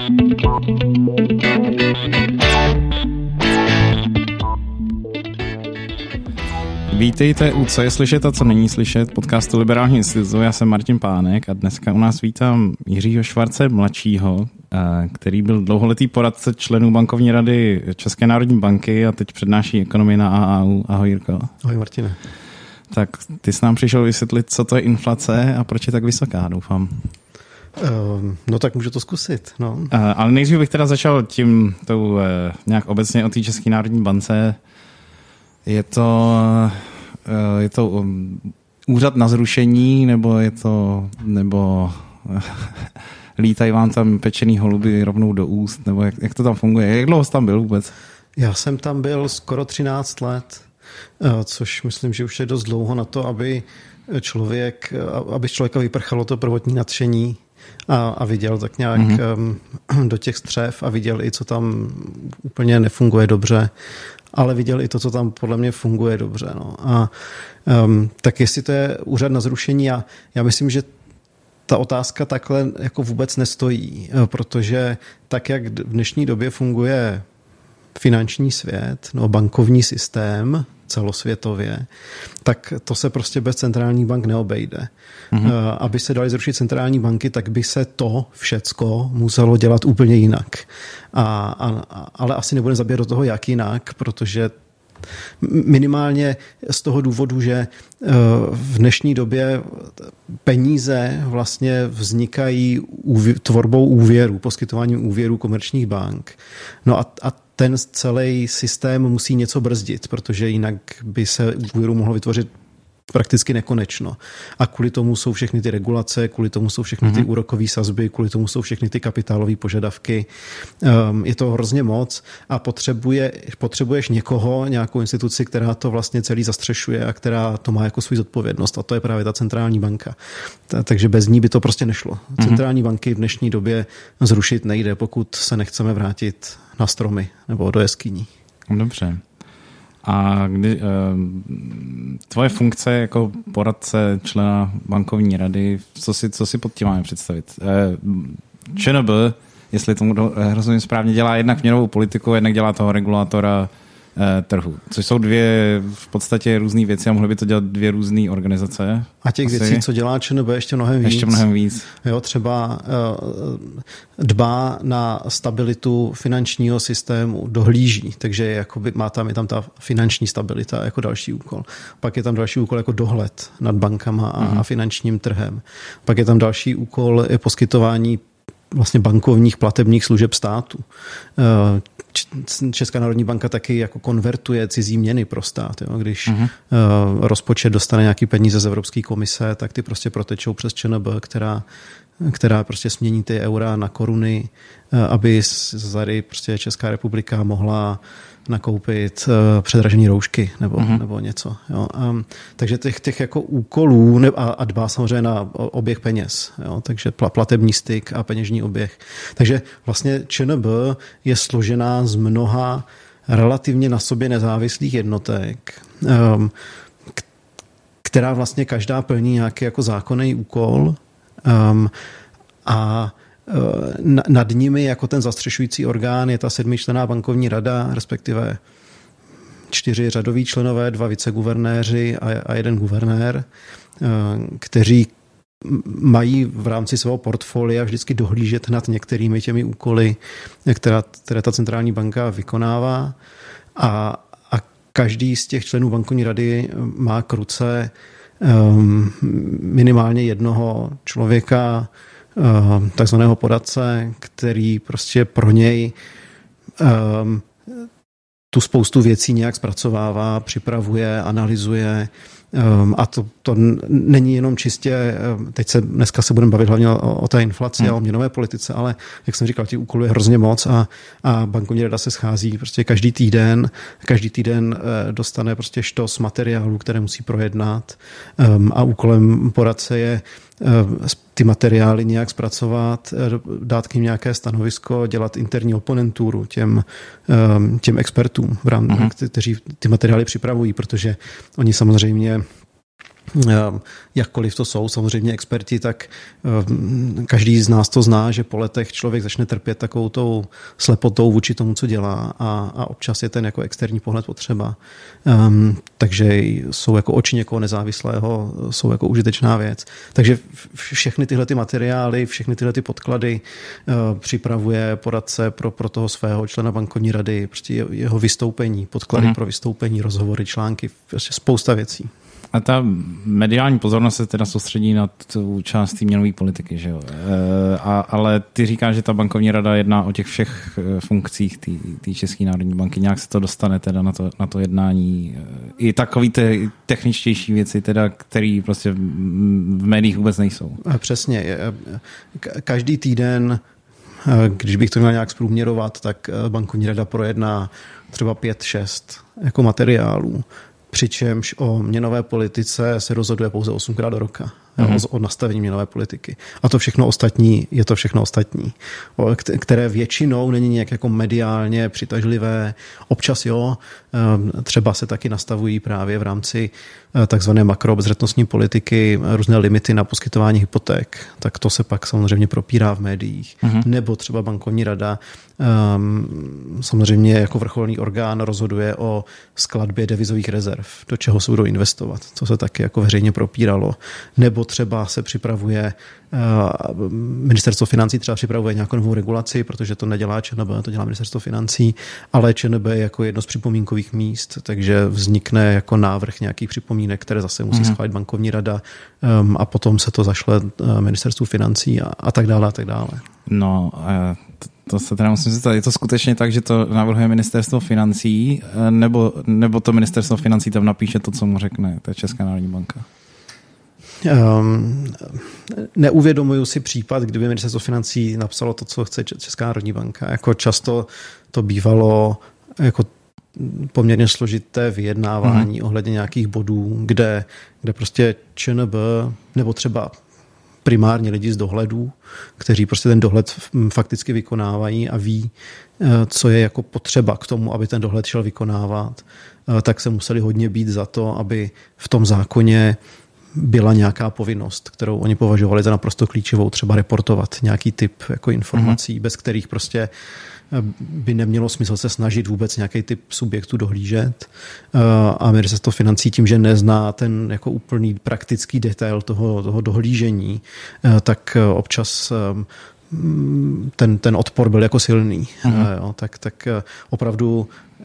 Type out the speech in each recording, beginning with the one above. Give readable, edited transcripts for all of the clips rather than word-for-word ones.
Vítejte u Co je slyšet a co není slyšet podcastu Liberálního institutu. Já jsem Martin Pánek a dneska u nás vítám Jiřího Švarce mladšího, který byl dlouholetý poradce členů bankovní rady České národní banky a teď přednáší ekonomii na AAU. Ahoj, Jirko. Ahoj, Martine. Tak ty jsi nám přišel vysvětlit, co to je inflace a proč je tak vysoká, doufám. No tak můžu to zkusit. No. Ale nejdřív bych teda začal nějak obecně o té České národní bance. Je to úřad na zrušení, nebo lítají vám tam pečený holuby rovnou do úst, nebo jak to tam funguje? Jak dlouho jsi tam byl vůbec? Já jsem tam byl skoro 13 let, což myslím, že už je dost dlouho na to, aby člověka vyprchalo to prvotní nadšení a viděl tak nějak do těch střev a viděl i, co tam úplně nefunguje dobře, ale viděl i to, co tam podle mě funguje dobře. No. A tak jestli to je úřad na zrušení, já myslím, že ta otázka takhle jako vůbec nestojí, protože tak, jak v dnešní době funguje finanční svět, no, bankovní systém celosvětově, tak to se prostě bez centrální bank neobejde. Aby se daly zrušit centrální banky, tak by se to všecko muselo dělat úplně jinak. Ale asi nebudeme zabíjet do toho, jak jinak, protože minimálně z toho důvodu, že v dnešní době peníze vlastně vznikají tvorbou úvěru, poskytováním úvěrů komerčních bank. No a ten celý systém musí něco brzdit, protože jinak by se úvěru mohlo vytvořit prakticky nekonečno. A kvůli tomu jsou všechny ty regulace, kvůli tomu jsou všechny ty úrokové sazby, kvůli tomu jsou všechny ty kapitálové požadavky. Je to hrozně moc a potřebuješ nějakou instituci, která to vlastně celý zastřešuje a která to má jako svou zodpovědnost. A to je právě ta centrální banka. Takže bez ní by to prostě nešlo. Centrální banky v dnešní době zrušit nejde, pokud se nechceme vrátit na stromy nebo do jeskyní. Dobře. A tvoje funkce jako poradce člena bankovní rady, co si pod tím máme představit? ČNB, jestli tomu rozumím správně, dělá jednak měnovou politiku, jednak dělá toho regulátora trhu, což jsou dvě v podstatě různé věci a mohly by to dělat dvě různé organizace. A těch věcí, co dělá ČNB, ještě mnohem víc. Jo, třeba dbá na stabilitu finančního systému, dohlíží, takže je tam ta finanční stabilita jako další úkol. Pak je tam další úkol jako dohled nad bankama a finančním trhem. Pak je tam další úkol je poskytování vlastně bankovních platebních služeb státu. Česká národní banka taky jako konvertuje cizí měny pro stát. Jo? Když rozpočet dostane nějaký peníze z Evropské komise, tak ty prostě protečou přes ČNB, která prostě smění ty eura na koruny, aby tady prostě Česká republika mohla nakoupit předražené roušky nebo něco. Jo. Takže těch jako úkolů a dbá samozřejmě na oběh peněz. Jo. Takže platební styk a peněžní oběh. Takže vlastně ČNB je složená z mnoha relativně na sobě nezávislých jednotek, která vlastně každá plní nějaký jako zákonný úkol a nad nimi jako ten zastřešující orgán je ta 7členná bankovní rada, respektive 4 řadoví členové, 2 viceguvernéři a 1 guvernér, kteří mají v rámci svého portfolia vždycky dohlížet nad některými těmi úkoly, které ta centrální banka vykonává a každý z těch členů bankovní rady má k ruce minimálně jednoho člověka, takzvaného poradce, který prostě pro něj tu spoustu věcí nějak zpracovává, připravuje, analyzuje a to není jenom čistě, dneska se budeme bavit hlavně o té inflaci a o měnové politice, ale jak jsem říkal, těch úkolů je hrozně moc a bankovní rada se schází prostě každý týden dostane prostě štos materiálů, které musí projednat a úkolem poradce je ty materiály nějak zpracovat, dát k nim nějaké stanovisko, dělat interní oponenturu těm expertům, kteří ty materiály připravují, protože oni samozřejmě jakkoliv to jsou samozřejmě experti, tak každý z nás to zná, že po letech člověk začne trpět takovou tou slepotou vůči tomu, co dělá a občas je ten jako externí pohled potřeba. Takže jsou jako oči někoho nezávislého, jsou jako užitečná věc. Takže všechny tyhle ty materiály, všechny tyhle ty podklady připravuje poradce pro toho svého člena bankovní rady, prostě jeho vystoupení, podklady pro vystoupení, rozhovory, články, prostě spousta věcí. A ta mediální pozornost se teda soustředí na tu část té měnové politiky, že jo? Ale ty říkáš, že ta bankovní rada jedná o těch všech funkcích té České národní banky. Nějak se to dostane teda na to jednání. I takový ty techničtější věci, teda, které prostě v médiích vůbec nejsou. Přesně. Každý týden, když bych to měl nějak zprůměrovat, tak bankovní rada projedná třeba 5-6 jako materiálů. Přičemž o měnové politice se rozhoduje pouze 8krát do roka. O nastavení měnové politiky. A to všechno ostatní, je to všechno ostatní, které většinou není nějak jako mediálně přitažlivé. Občas jo, třeba se taky nastavují právě v rámci takzvané makroobezřetnostní politiky různé limity na poskytování hypoték. Tak to se pak samozřejmě propírá v médiích. Nebo třeba bankovní rada samozřejmě jako vrcholný orgán rozhoduje o skladbě devizových rezerv, do čeho se budou investovat. To se taky jako veřejně propíralo. Nebo třeba se připravuje, ministerstvo financí třeba připravuje nějakou novou regulaci, protože to nedělá ČNB, to dělá ministerstvo financí, ale ČNB je jako jedno z připomínkových míst, takže vznikne jako návrh nějakých připomínek, které zase musí schválit bankovní rada a potom se to zašle ministerstvu financí a tak dále a tak dále. No, to se teda musím zeptat, je to skutečně tak, že to navrhuje ministerstvo financí, nebo to ministerstvo financí tam napíše to, co mu řekne ta Česká národní banka? Neuvědomuju si případ, kdyby ministerstvo financí napsalo to, co chce Česká národní banka. Jako často to bývalo jako poměrně složité vyjednávání ohledně nějakých bodů, kde prostě ČNB nebo třeba primárně lidi z dohledu, kteří prostě ten dohled fakticky vykonávají a ví, co je jako potřeba k tomu, aby ten dohled šel vykonávat, tak se museli hodně bít za to, aby v tom zákoně byla nějaká povinnost, kterou oni považovali za naprosto klíčovou, třeba reportovat nějaký typ jako informací, bez kterých prostě by nemělo smysl se snažit vůbec nějaký typ subjektu dohlížet. A ministerstvo financí tím, že nezná ten jako úplný praktický detail toho dohlížení, tak občas ten odpor byl jako silný. Jo, tak opravdu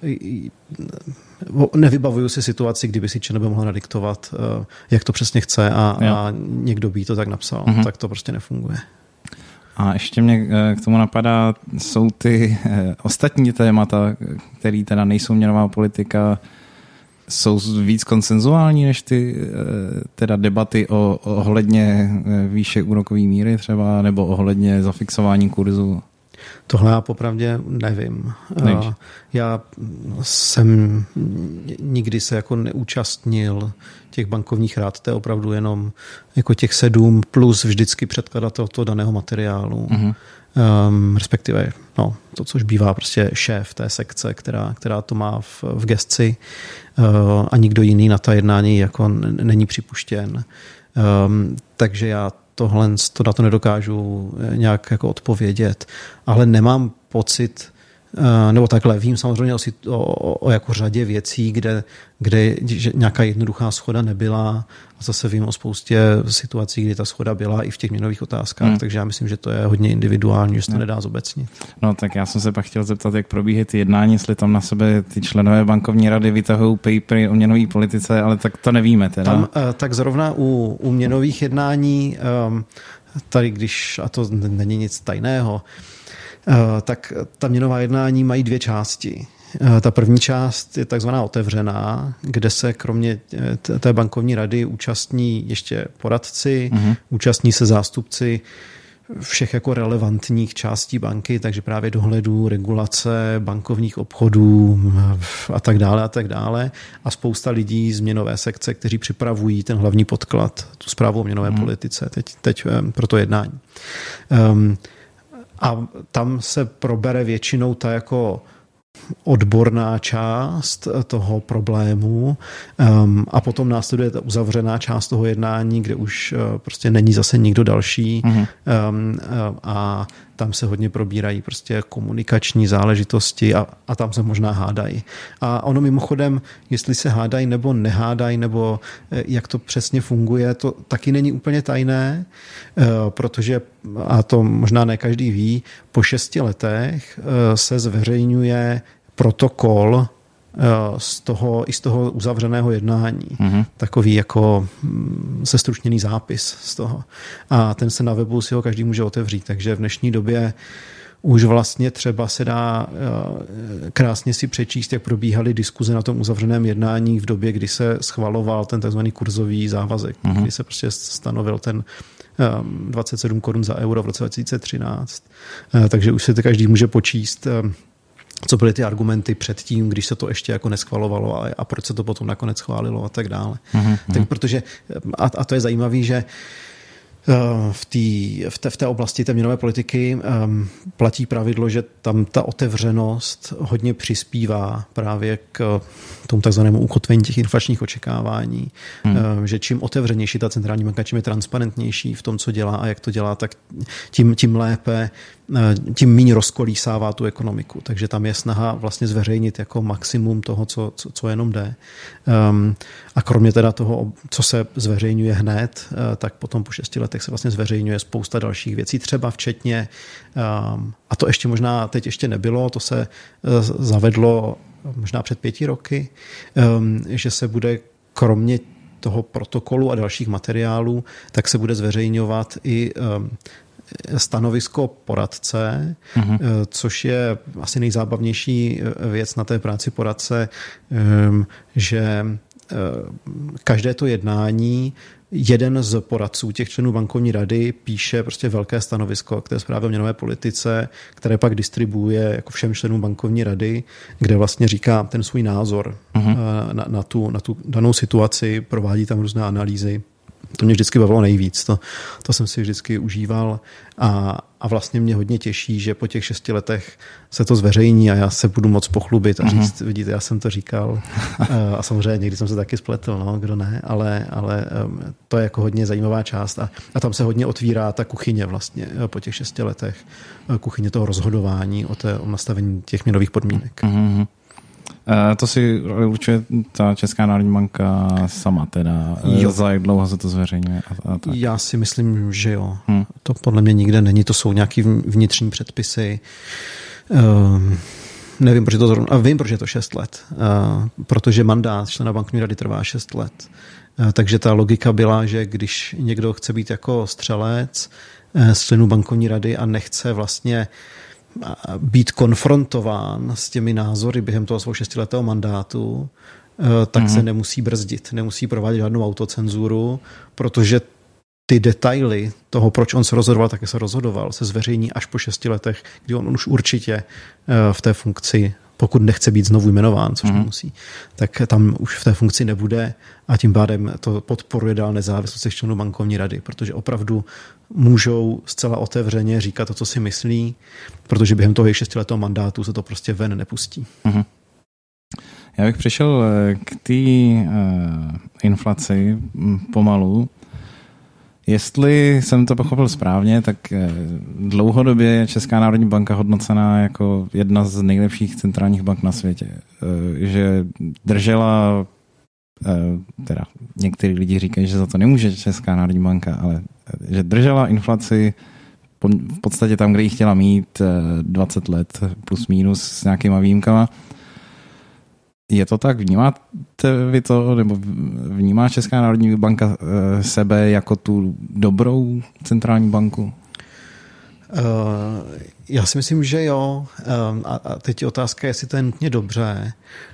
nevybavuju si situaci, kdyby si ČNB mohla nadiktovat, jak to přesně chce a někdo by to tak napsal. Tak to prostě nefunguje. A ještě mě k tomu napadá, jsou ty ostatní témata, které teda nejsou měnová politika, jsou víc konsenzuální než ty teda debaty ohledně výše úrokové míry třeba, nebo ohledně zafixování kurzu? Tohle já popravdě nevím. Já jsem nikdy se jako neúčastnil těch bankovních rád, to je opravdu jenom jako těch 7 plus vždycky předkladatel toho daného materiálu. Respektive to, což bývá prostě šéf té sekce, která to má v gesci a nikdo jiný na ta jednání jako není připuštěn. Takže já na to nedokážu nějak jako odpovědět, ale nemám pocit, nebo takhle, vím samozřejmě o jako řadě věcí, kde nějaká jednoduchá shoda nebyla a zase vím o spoustě situací, kdy ta shoda byla i v těch měnových otázkách, takže já myslím, že to je hodně individuální, že se to nedá zobecnit. No tak já jsem se pak chtěl zeptat, jak probíhají ty jednání, jestli tam na sebe ty členové bankovní rady vytahují papery o měnové politice, ale tak to nevíme teda. Tam, tak zrovna u měnových jednání, tady a to není nic tajného, tak ta měnová jednání mají 2 části. Ta první část je takzvaná otevřená, kde se kromě té bankovní rady účastní ještě poradci, účastní se zástupci všech jako relevantních částí banky, takže právě dohledu, regulace, bankovních obchodů a tak dále. A spousta lidí z měnové sekce, kteří připravují ten hlavní podklad, tu zprávu o měnové politice teď pro to jednání. A tam se probere většinou ta jako odborná část toho problému a potom následuje ta uzavřená část toho jednání, kde už prostě není zase nikdo další a tam se hodně probírají prostě komunikační záležitosti a tam se možná hádají. A ono mimochodem, jestli se hádají nebo nehádají, nebo jak to přesně funguje, to taky není úplně tajné, protože, a to možná ne každý ví, po 6 letech se zveřejňuje protokol i z toho uzavřeného jednání. Takový jako sestručněný zápis z toho. A ten se na webu si ho každý může otevřít. Takže v dnešní době už vlastně třeba se dá krásně si přečíst, jak probíhaly diskuze na tom uzavřeném jednání v době, kdy se schvaloval ten tzv. Kurzový závazek, kdy se prostě stanovil ten 27 korun za euro v roce 2013. Takže už si to každý může počíst, co byly ty argumenty předtím, když se to ještě jako neschvalovalo a proč se to potom nakonec schválilo a tak dále. Tak protože, a to je zajímavé, že v té oblasti té měnové politiky platí pravidlo, že tam ta otevřenost hodně přispívá právě k tomu takzvanému ukotvení těch inflačních očekávání. Že čím otevřenější ta centrální banka, čím je transparentnější v tom, co dělá a jak to dělá, tak tím lépe, tím méně rozkolísává tu ekonomiku. Takže tam je snaha vlastně zveřejnit jako maximum toho, co jenom jde. A kromě teda toho, co se zveřejňuje hned, tak potom po 6 letech se vlastně zveřejňuje spousta dalších věcí, třeba včetně, a to ještě možná teď ještě nebylo, to se zavedlo možná před 5 roky, že se bude kromě toho protokolu a dalších materiálů, tak se bude zveřejňovat i stanovisko poradce, což je asi nejzábavnější věc na té práci poradce, že každé to jednání jeden z poradců těch členů bankovní rady píše prostě velké stanovisko k té zprávě o měnové politice, které pak distribuuje jako všem členům bankovní rady, kde vlastně říká ten svůj názor na tu danou situaci, provádí tam různé analýzy. To mě vždycky bavilo nejvíc, to jsem si vždycky užíval a vlastně mě hodně těší, že po těch 6 letech se to zveřejní a já se budu moc pochlubit a říct, vidíte, já jsem to říkal a samozřejmě někdy jsem se taky spletl, no, kdo ne, ale to je jako hodně zajímavá část a tam se hodně otvírá ta kuchyně vlastně po těch 6 letech, kuchyně toho rozhodování o nastavení těch měnových podmínek. To si určuje ta Česká národní banka sama teda. Za jak dlouho se to zveřejňuje? A tak. Já si myslím, že jo. To podle mě nikde není. To jsou nějaký vnitřní předpisy. Nevím, proč je to zrovna. A vím, proč je to 6 let. Protože mandát člena bankovní rady trvá 6 let. Takže ta logika byla, že když někdo chce být jako střelec z členů bankovní rady a nechce vlastně být konfrontován s těmi názory během toho svého 6letého mandátu, tak se nemusí brzdit, nemusí provádět žádnou autocenzuru, protože ty detaily toho, proč on se rozhodoval, tak se rozhodoval, se zveřejní až po 6 letech, kdy on už určitě v té funkci, pokud nechce být znovu jmenován, což nemusí, tak tam už v té funkci nebude a tím pádem to podporuje dál nezávislost těch členů bankovní rady, protože opravdu můžou zcela otevřeně říkat to, co si myslí, protože během toho 6letého mandátu se to prostě ven nepustí. Já bych přišel k té inflaci pomalu. Jestli jsem to pochopil správně, tak dlouhodobě je Česká národní banka hodnocená jako jedna z nejlepších centrálních bank na světě. Že držela, teda některý lidi říkají, že za to nemůže Česká národní banka, ale že držela inflaci v podstatě tam, kde ji chtěla mít 20 let plus minus s nějakýma výjimkama. Je to tak? Vnímáte vy to, nebo vnímá Česká národní banka sebe jako tu dobrou centrální banku? Já si myslím, že jo. A teď je otázka, jestli to je nutně dobře.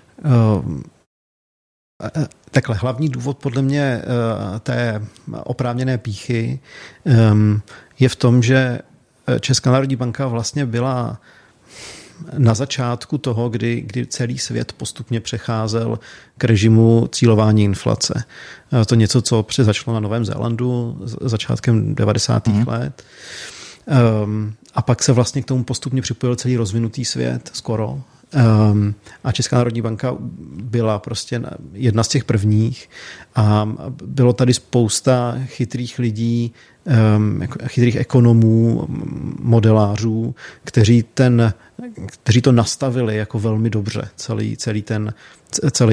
Takhle, hlavní důvod podle mě té oprávněné pýchy je v tom, že Česká národní banka vlastně byla na začátku toho, kdy celý svět postupně přecházel k režimu cílování inflace. To něco, co začalo na Novém Zélandu začátkem 90. let. A pak se vlastně k tomu postupně připojil celý rozvinutý svět skoro. A Česká národní banka byla prostě jedna z těch prvních a bylo tady spousta chytrých lidí, chytrých ekonomů, modelářů, kteří to nastavili jako velmi dobře, celý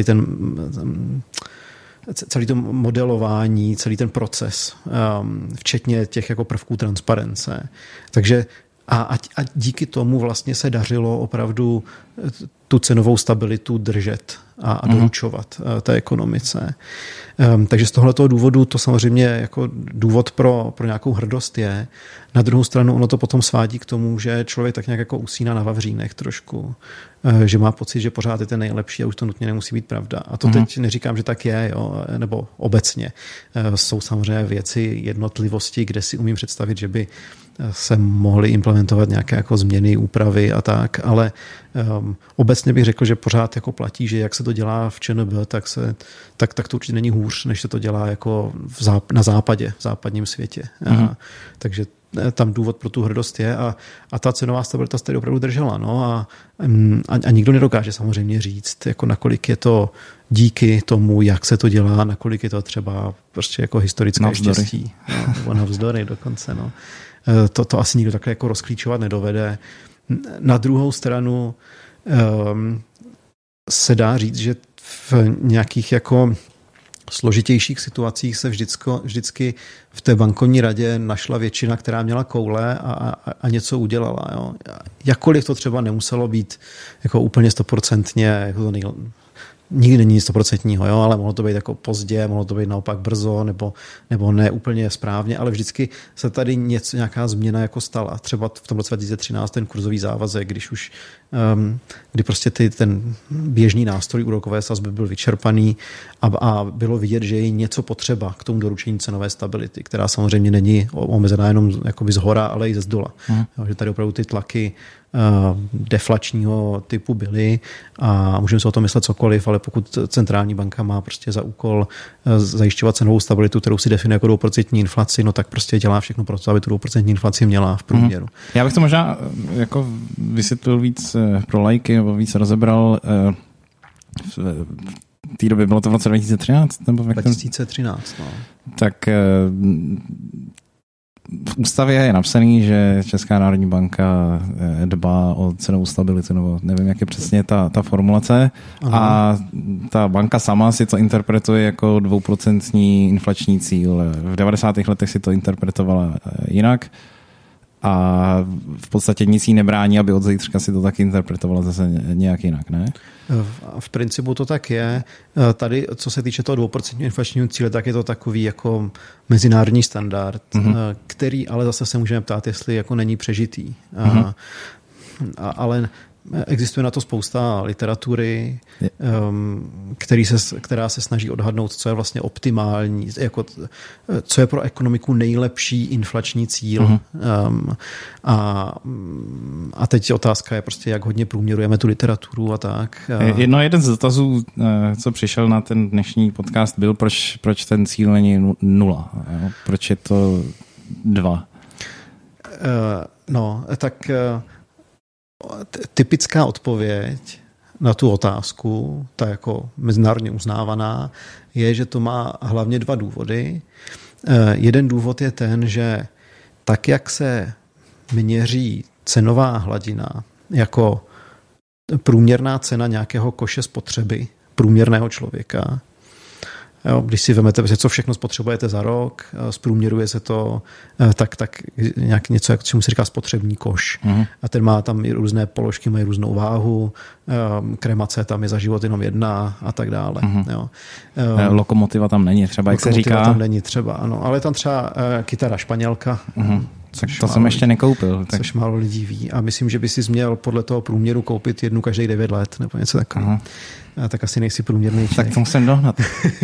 to modelování, celý ten proces, včetně těch jako prvků transparence. Takže a díky tomu vlastně se dařilo opravdu tu cenovou stabilitu držet a doručovat té ekonomice. Takže z tohoto důvodu to samozřejmě jako důvod pro nějakou hrdost je. Na druhou stranu ono to potom svádí k tomu, že člověk tak nějak jako usíná na vavřínech trošku. Že má pocit, že pořád je ten nejlepší a už to nutně nemusí být pravda. A to teď neříkám, že tak je, jo, nebo obecně. Jsou samozřejmě věci, jednotlivosti, kde si umím představit, že by se mohly implementovat nějaké jako změny, úpravy a tak, ale obecně bych řekl, že pořád jako platí, že jak se to dělá v ČNB, tak to určitě není hůř, než se to dělá jako na západě, v západním světě. Takže tam důvod pro tu hrdost je a ta cenová stabilita se tady opravdu držela. No a nikdo nedokáže samozřejmě říct, jako nakolik je to díky tomu, jak se to dělá, nakolik je to třeba prostě jako historické štěstí. No, nebo navzdory dokonce. No. To asi nikdo takhle jako rozklíčovat nedovede. Na druhou stranu se dá říct, že v nějakých jako složitějších situacích se vždycky v té bankovní radě našla většina, která měla koule a něco udělala. Jo. Jakkoliv to třeba nemuselo být jako úplně 100%, jako to nikdy není 100%, jo, ale mohlo to být jako pozdě, mohlo to být naopak brzo, nebo ne úplně správně, ale vždycky se tady nějaká změna jako stala. Třeba v tom roce 2013 ten kurzový závazek, kdy prostě ten běžný nástroj úrokové sazby byl vyčerpaný a bylo vidět, že je něco potřeba k tomu doručení cenové stability, která samozřejmě není omezená jenom jakoby zhora, ale i ze zdola. Že tady opravdu ty tlaky deflačního typu byly a můžeme si o tom myslet cokoliv, ale pokud centrální banka má prostě za úkol zajišťovat cenovou stabilitu, kterou si definuje jako 2% inflaci, no tak prostě dělá všechno pro to, aby tu 2% inflaci měla v průměru. Já bych to možná jako vysvětlil víc pro laiky, nebo víc rozebral. V té době bylo to v roce 2013? Nebo 2013, no. Tak v ústavě je napsaný, že Česká národní banka dbá o cenovou stabilitu, nebo nevím, jak je přesně ta formulace. Aha. A ta banka sama si to interpretuje jako 2% inflační cíl. V 90. letech si to interpretovala jinak a v podstatě nic jí nebrání, aby od zítřka si to taky interpretovala zase nějak jinak, ne? V principu to tak je. Tady, co se týče toho 2% inflačního cíle, tak je to takový jako mezinárodní standard, který ale zase se můžeme ptát, jestli jako není přežitý. Ale existuje na to spousta literatury, která se snaží odhadnout, co je vlastně optimální, jako, co je pro ekonomiku nejlepší inflační cíl. A teď otázka je prostě, jak hodně průměrujeme tu literaturu a tak. Jeden z dotazů, co přišel na ten dnešní podcast, byl, proč ten cíl není 0. Proč je to 2? No, tak typická odpověď na tu otázku, ta jako mezinárodně uznávaná, je, že to má hlavně 2 důvody. Jeden důvod je ten, že tak, jak se měří cenová hladina jako průměrná cena nějakého koše spotřeby průměrného člověka, jo, když si vezmete, co všechno spotřebujete za rok, zprůměruje se to, tak nějak něco, jak čemu se říká spotřební koš. A ten má tam i různé položky, mají různou váhu, kremace tam je za život jenom jedna a tak dále. Jo. Lokomotiva tam není třeba, jak se říká. Lokomotiva tam není třeba, ano. Ale tam třeba kytara Španělka. To jsem ještě nekoupil. Tak. Což málo lidí ví. A myslím, že by si měl podle toho průměru koupit jednu každých 9 let, nebo něco takového. Tak asi nejsi průměrný člověk. Tak to musím dohnat.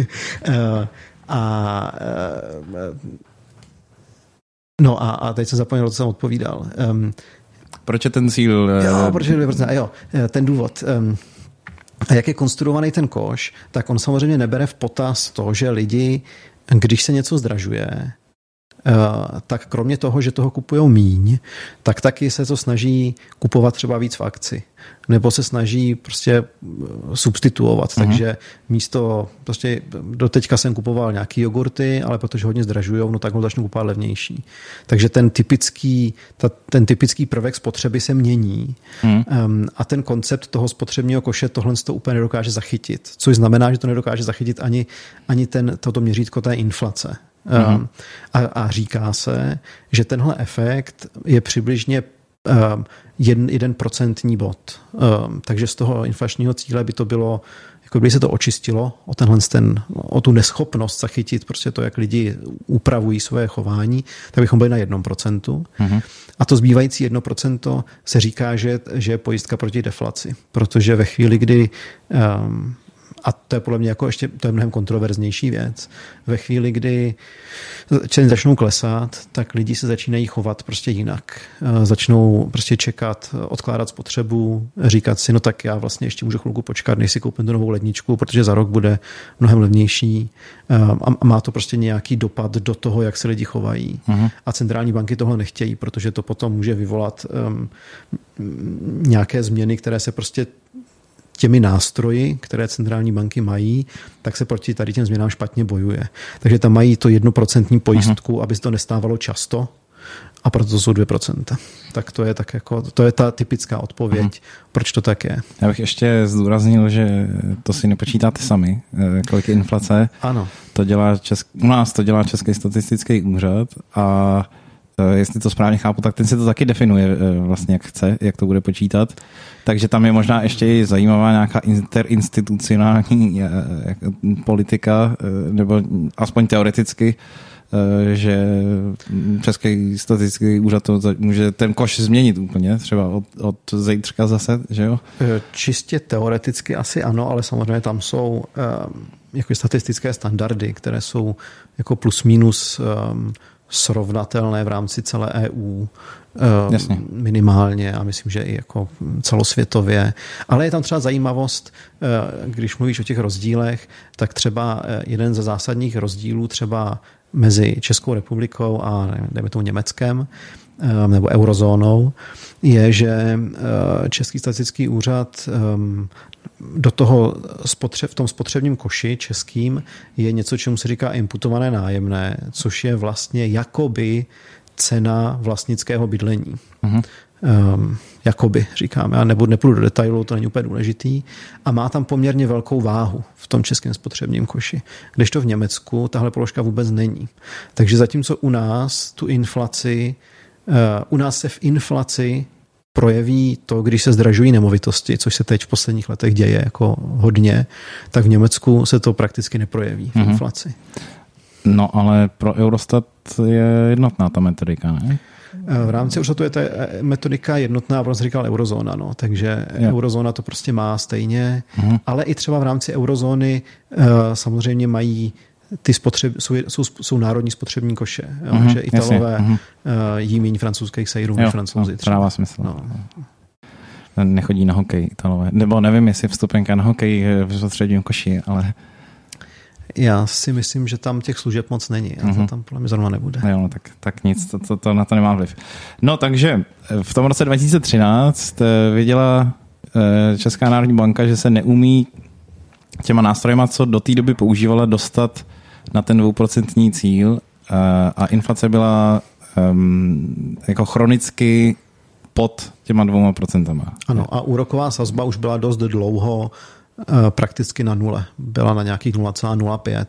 A teď jsem zapomněl, co jsem odpovídal. Proč je ten cíl? Ten důvod. A jak je konstruovaný ten koš, tak on samozřejmě nebere v potaz to, že lidi, když se něco zdražuje, tak kromě toho, že toho kupujou míň, tak taky se to snaží kupovat třeba víc v akci. Nebo se snaží prostě substituovat. Takže místo, prostě doteďka jsem kupoval nějaký jogurty, ale protože hodně zdražujou, no tak ho začnu kupovat levnější. Takže ten typický prvek spotřeby se mění a ten koncept toho spotřebního koše tohle to úplně nedokáže zachytit. Což znamená, že to nedokáže zachytit ani toto měřítko té inflace. A říká se, že tenhle efekt je přibližně 1% bod. Takže z toho inflačního cíle by to bylo, jako by se to očistilo o tu neschopnost zachytit prostě to, jak lidi upravují své chování, tak bychom byli na 1%. A to zbývající 1% se říká, že je pojistka proti deflaci. Protože ve chvíli, kdy a to je podle mě jako ještě, to je mnohem kontroverznější věc. Ve chvíli, kdy ceny začnou klesat, tak lidi se začínají chovat prostě jinak. Začnou prostě čekat, odkládat spotřebu, říkat si, no tak já vlastně ještě můžu chvilku počkat, než si koupím tu novou ledničku, protože za rok bude mnohem levnější. A má to prostě nějaký dopad do toho, jak se lidi chovají. A centrální banky tohle nechtějí, protože to potom může vyvolat nějaké změny, které se prostě těmi nástroji, které centrální banky mají, tak se proti tady těm změnám špatně bojuje. Takže tam mají to 1% pojistku, aby se to nestávalo často, a proto to jsou 2%. Tak to je tak jako, to je ta typická odpověď, proč to tak je. Já bych ještě zdůraznil, že to si nepočítáte sami, kolik je inflace. Ano. U nás to dělá Český statistický úřad a jestli to správně chápu, tak ten si to taky definuje vlastně, jak chce, jak to bude počítat. Takže tam je možná ještě i zajímavá nějaká interinstitucionální politika, nebo aspoň teoreticky, že Český statistický úřad to může ten koš změnit úplně, třeba od zítřka zase, že jo? Čistě teoreticky asi ano, ale samozřejmě tam jsou jako statistické standardy, které jsou jako plus minus srovnatelné v rámci celé EU. Jasně. Minimálně a myslím, že i jako celosvětově. Ale je tam třeba zajímavost, když mluvíš o těch rozdílech, tak třeba jeden ze zásadních rozdílů třeba mezi Českou republikou a dejme tomu Německem nebo eurozónou je, že Český statistický úřad do toho v tom spotřebním koši českým je něco, čemu se říká imputované nájemné, což je vlastně jakoby cena vlastnického bydlení. Jakoby, říkáme. Já nepůjdu do detailu, to není úplně důležitý. A má tam poměrně velkou váhu v tom českém spotřebním koši. Kdežto v Německu tahle položka vůbec není. Takže zatímco u nás se v inflaci projeví to, když se zdražují nemovitosti, což se teď v posledních letech děje jako hodně, tak v Německu se to prakticky neprojeví v inflaci. No ale pro Eurostat je jednotná ta metodika, ne? V rámci Eurostatu je ta metodika jednotná, a se říkal eurozóna, no, takže eurozóna to prostě má stejně, ale i třeba v rámci eurozóny samozřejmě mají ty jsou národní spotřební koše, že Italové jí míň francouzských sejrů než Francouzi. Dává smysl. No. Nechodí na hokej Italové. Nebo nevím, jestli vstupenka na hokej v spotřebním koši, ale já si myslím, že tam těch služeb moc není. A to tam podle mě zrovna nebude. Jo, no, tak nic, to na to nemá vliv. No takže v tom roce 2013 viděla Česká národní banka, že se neumí těma nástrojema, co do té doby používala, dostat na ten 2% cíl a inflace byla jako chronicky pod těma 2%. Ano, a úroková sazba už byla dost dlouho prakticky na nule. Byla na nějakých 0,05,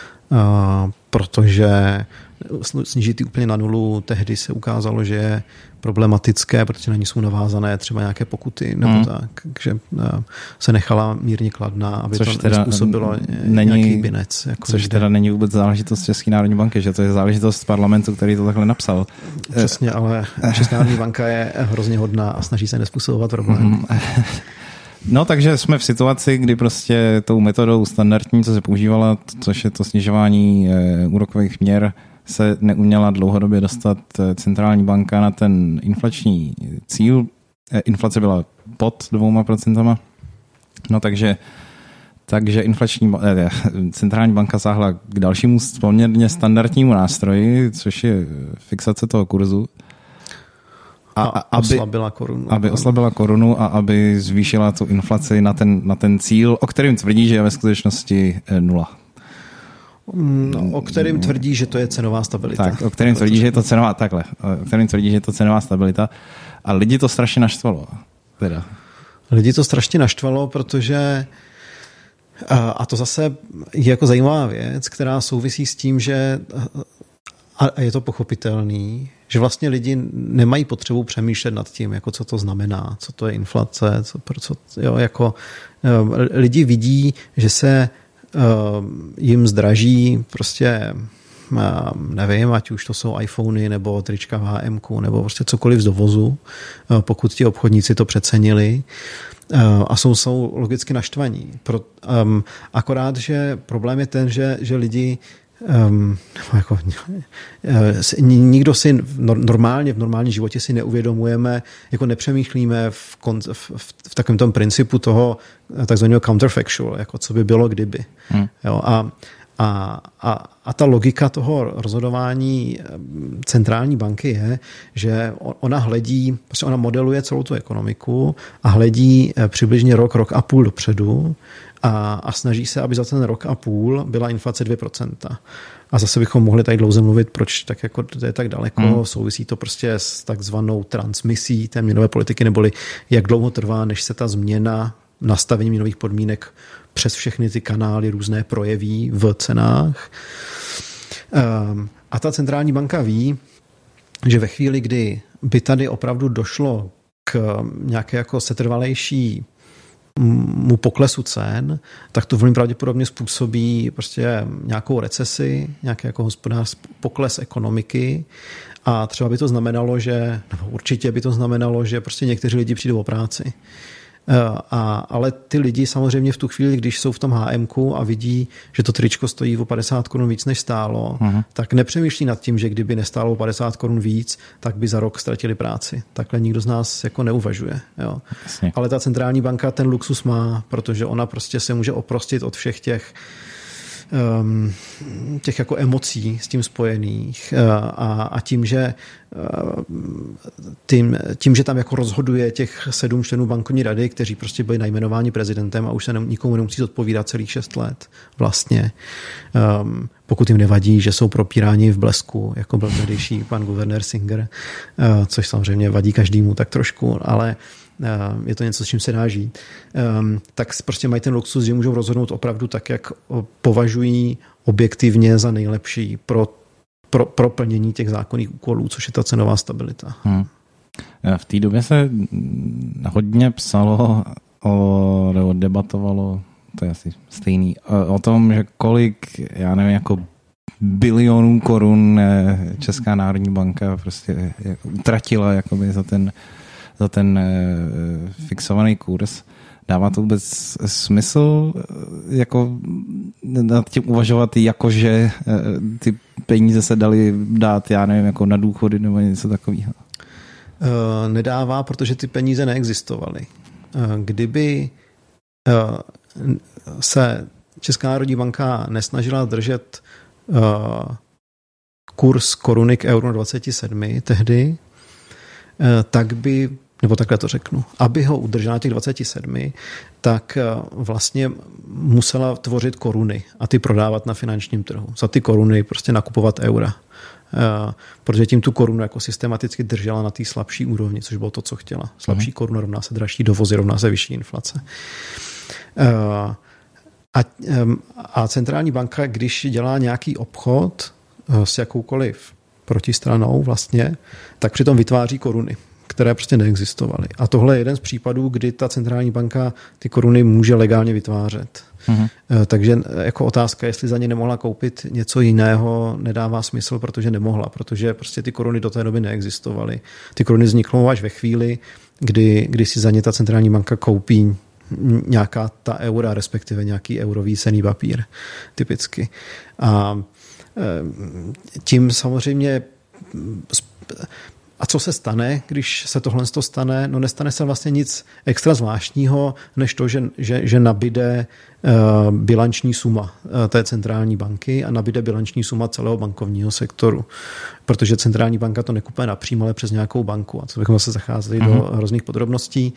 protože snížit úplně na nulu tehdy se ukázalo, že je problematické, protože na ní jsou navázané třeba nějaké pokuty nebo tak, takže se nechala mírně kladná, aby což to nezpůsobilo nějaký binec. Jako což teda není vůbec záležitost České národní banky, že to je záležitost parlamentu, který to takhle napsal. Přesně, ale Česká národní banka je hrozně hodná a snaží se nezpůsobovat problém. No, takže jsme v situaci, kdy prostě tou metodou standardní, co se používala, což je to snižování úrokových měr, se neuměla dlouhodobě dostat centrální banka na ten inflační cíl. Inflace byla pod 2%. No takže takže centrální banka sáhla k dalšímu poměrně standardnímu nástroji, což je fixace toho kurzu. Aby oslabila korunu a aby zvýšila tu inflaci na ten cíl, o kterém tvrdí, že je ve skutečnosti 0. O kterém tvrdí, že to je cenová stabilita. Tak, o kterém tvrdí, že je to cenová stabilita. A lidi to strašně naštvalo. Lidi to strašně naštvalo, protože a to zase je jako zajímavá věc, která souvisí s tím, že a je to pochopitelný, že vlastně lidi nemají potřebu přemýšlet nad tím, jako co to znamená, co to je inflace, lidi vidí, že se jim zdraží prostě nevím, ať už to jsou iPhony nebo trička v H&M nebo prostě cokoliv z dovozu, pokud ti obchodníci to přecenili a jsou logicky naštvaní. Akorát, že problém je ten, že lidi nikdo si v normálním životě si neuvědomujeme, jako nepřemýšlíme v takovém tom principu toho takzvaného counterfactual, jako co by bylo kdyby. Jo, a ta logika toho rozhodování centrální banky je, že ona hledí, prostě ona modeluje celou tu ekonomiku a hledí přibližně rok a půl dopředu a snaží se, aby za ten rok a půl byla inflace 2%. A zase bychom mohli tady dlouze mluvit, proč tak jako to je tak daleko. Souvisí to prostě s takzvanou transmisí té měnové politiky, neboli jak dlouho trvá, než se ta změna nastavení měnových podmínek přes všechny ty kanály různé projeví v cenách. A ta centrální banka ví, že ve chvíli, kdy by tady opravdu došlo k nějaké jako setrvalejší mu poklesu cen, tak to velmi pravděpodobně způsobí prostě nějakou recesi, nějaký jako pokles ekonomiky a třeba by to znamenalo, nebo určitě by to znamenalo, že prostě někteří lidi přijdou o práci. Ale ty lidi samozřejmě v tu chvíli, když jsou v tom H&Mku a vidí, že to tričko stojí o 50 korun víc, než stálo, tak nepřemýšlí nad tím, že kdyby nestálo o 50 korun víc, tak by za rok ztratili práci. Takhle nikdo z nás jako neuvažuje. Jo. Ale ta centrální banka ten luxus má, protože ona prostě se může oprostit od všech těch jako emocí s tím spojených a tím, že tam jako rozhoduje těch 7 členů bankovní rady, kteří prostě byli najmenováni prezidentem a už se nikomu nemusí odpovídat celých 6 let vlastně. Pokud jim nevadí, že jsou propíráni v blesku, jako byl tehdejší pan guvernér Singer, což samozřejmě vadí každému tak trošku, ale je to něco, s čím se dá žít, tak prostě mají ten luxus, že můžou rozhodnout opravdu tak, jak považují objektivně za nejlepší pro plnění těch zákonných úkolů, což je ta cenová stabilita. V té době se hodně psalo nebo debatovalo, to je asi stejný, o tom, že kolik, já nevím, jako bilionů korun Česká národní banka prostě utratila jakoby za ten fixovaný kurz. Dává to vůbec smysl jako nad tím uvažovat, jakože ty peníze se daly dát, já nevím, jako na důchody nebo něco takového? Nedává, protože ty peníze neexistovaly. Kdyby se Česká národní banka nesnažila držet kurz koruny k euru 27 tehdy, tak by, nebo takhle to řeknu, aby ho udržela na těch 27, tak vlastně musela tvořit koruny a ty prodávat na finančním trhu. Za ty koruny prostě nakupovat eura. Protože tím tu korunu jako systematicky držela na té slabší úrovni, což bylo to, co chtěla. Slabší koruna rovná se dražší dovozy, rovná se vyšší inflace. A centrální banka, když dělá nějaký obchod s jakoukoliv protistranou vlastně, tak přitom vytváří koruny, které prostě neexistovaly. A tohle je jeden z případů, kdy ta centrální banka ty koruny může legálně vytvářet. Takže jako otázka, jestli za ně nemohla koupit něco jiného, nedává smysl, protože nemohla, protože prostě ty koruny do té doby neexistovaly. Ty koruny vzniknou až ve chvíli, kdy si za ně ta centrální banka koupí nějaká ta eura, respektive nějaký eurový cenný papír, typicky. A tím samozřejmě A co se stane, když se tohle stane? No nestane se vlastně nic extra zvláštního, než to, že nabyde bilanční suma té centrální banky a nabyde bilanční suma celého bankovního sektoru. Protože centrální banka to nekupuje napřímo, ale přes nějakou banku. A co bychom se zacházeli do hrozných podrobností.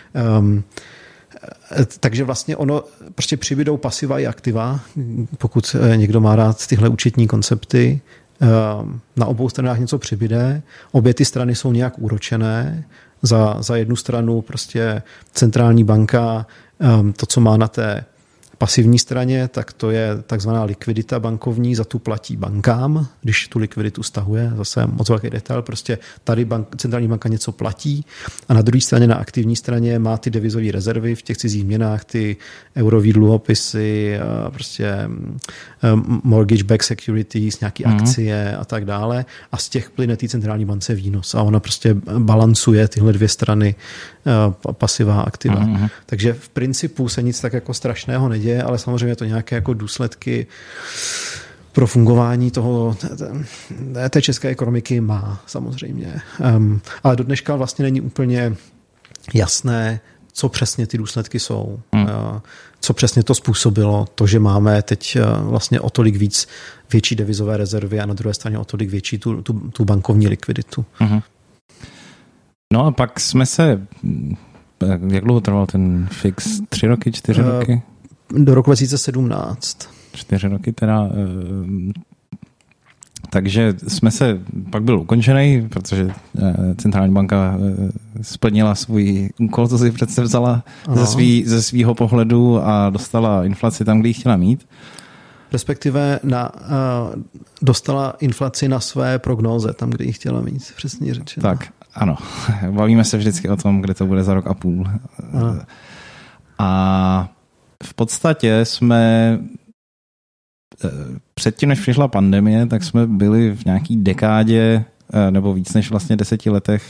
Takže vlastně ono prostě přibydou pasiva i aktiva, pokud někdo má rád tyhle účetní koncepty. Na obou stranách něco přibyde, obě ty strany jsou nějak úročené, za jednu stranu prostě centrální banka, to, co má na té pasivní straně, tak to je takzvaná likvidita bankovní, za tu platí bankám, když tu likviditu stahuje, zase moc velký detail, prostě tady centrální banka něco platí a na druhé straně, na aktivní straně má ty devizové rezervy v těch cizích měnách, ty eurový dluhopisy, prostě mortgage-backed securities, nějaké akcie a tak dále a z těch plyne té centrální bance výnos a ona prostě balancuje tyhle dvě strany pasiva a aktiva. Takže v principu se nic tak jako strašného neděje, ale samozřejmě to nějaké jako důsledky pro fungování té české ekonomiky má samozřejmě. Ale do dneška vlastně není úplně jasné, co přesně ty důsledky jsou. Co přesně to způsobilo, to, že máme teď vlastně o tolik větší devizové rezervy a na druhé straně o tolik větší tu bankovní likviditu. No a pak jsme se, jak dlouho trval ten fix? 3 roky, 4 roky? Do roku 2017. 4 roky teda. Takže jsme se, pak byl ukončený, protože centrální banka splnila svůj úkol, co si přece vzala ze svýho pohledu a dostala inflaci tam, kde ji chtěla mít. Respektive dostala inflaci na své prognóze, tam, kde ji chtěla mít, přesně řečeno. Tak, ano. Bavíme se vždycky o tom, kde to bude za rok a půl. A v podstatě jsme předtím, než přišla pandemie, tak jsme byli v nějaký dekádě nebo víc než vlastně 10 letech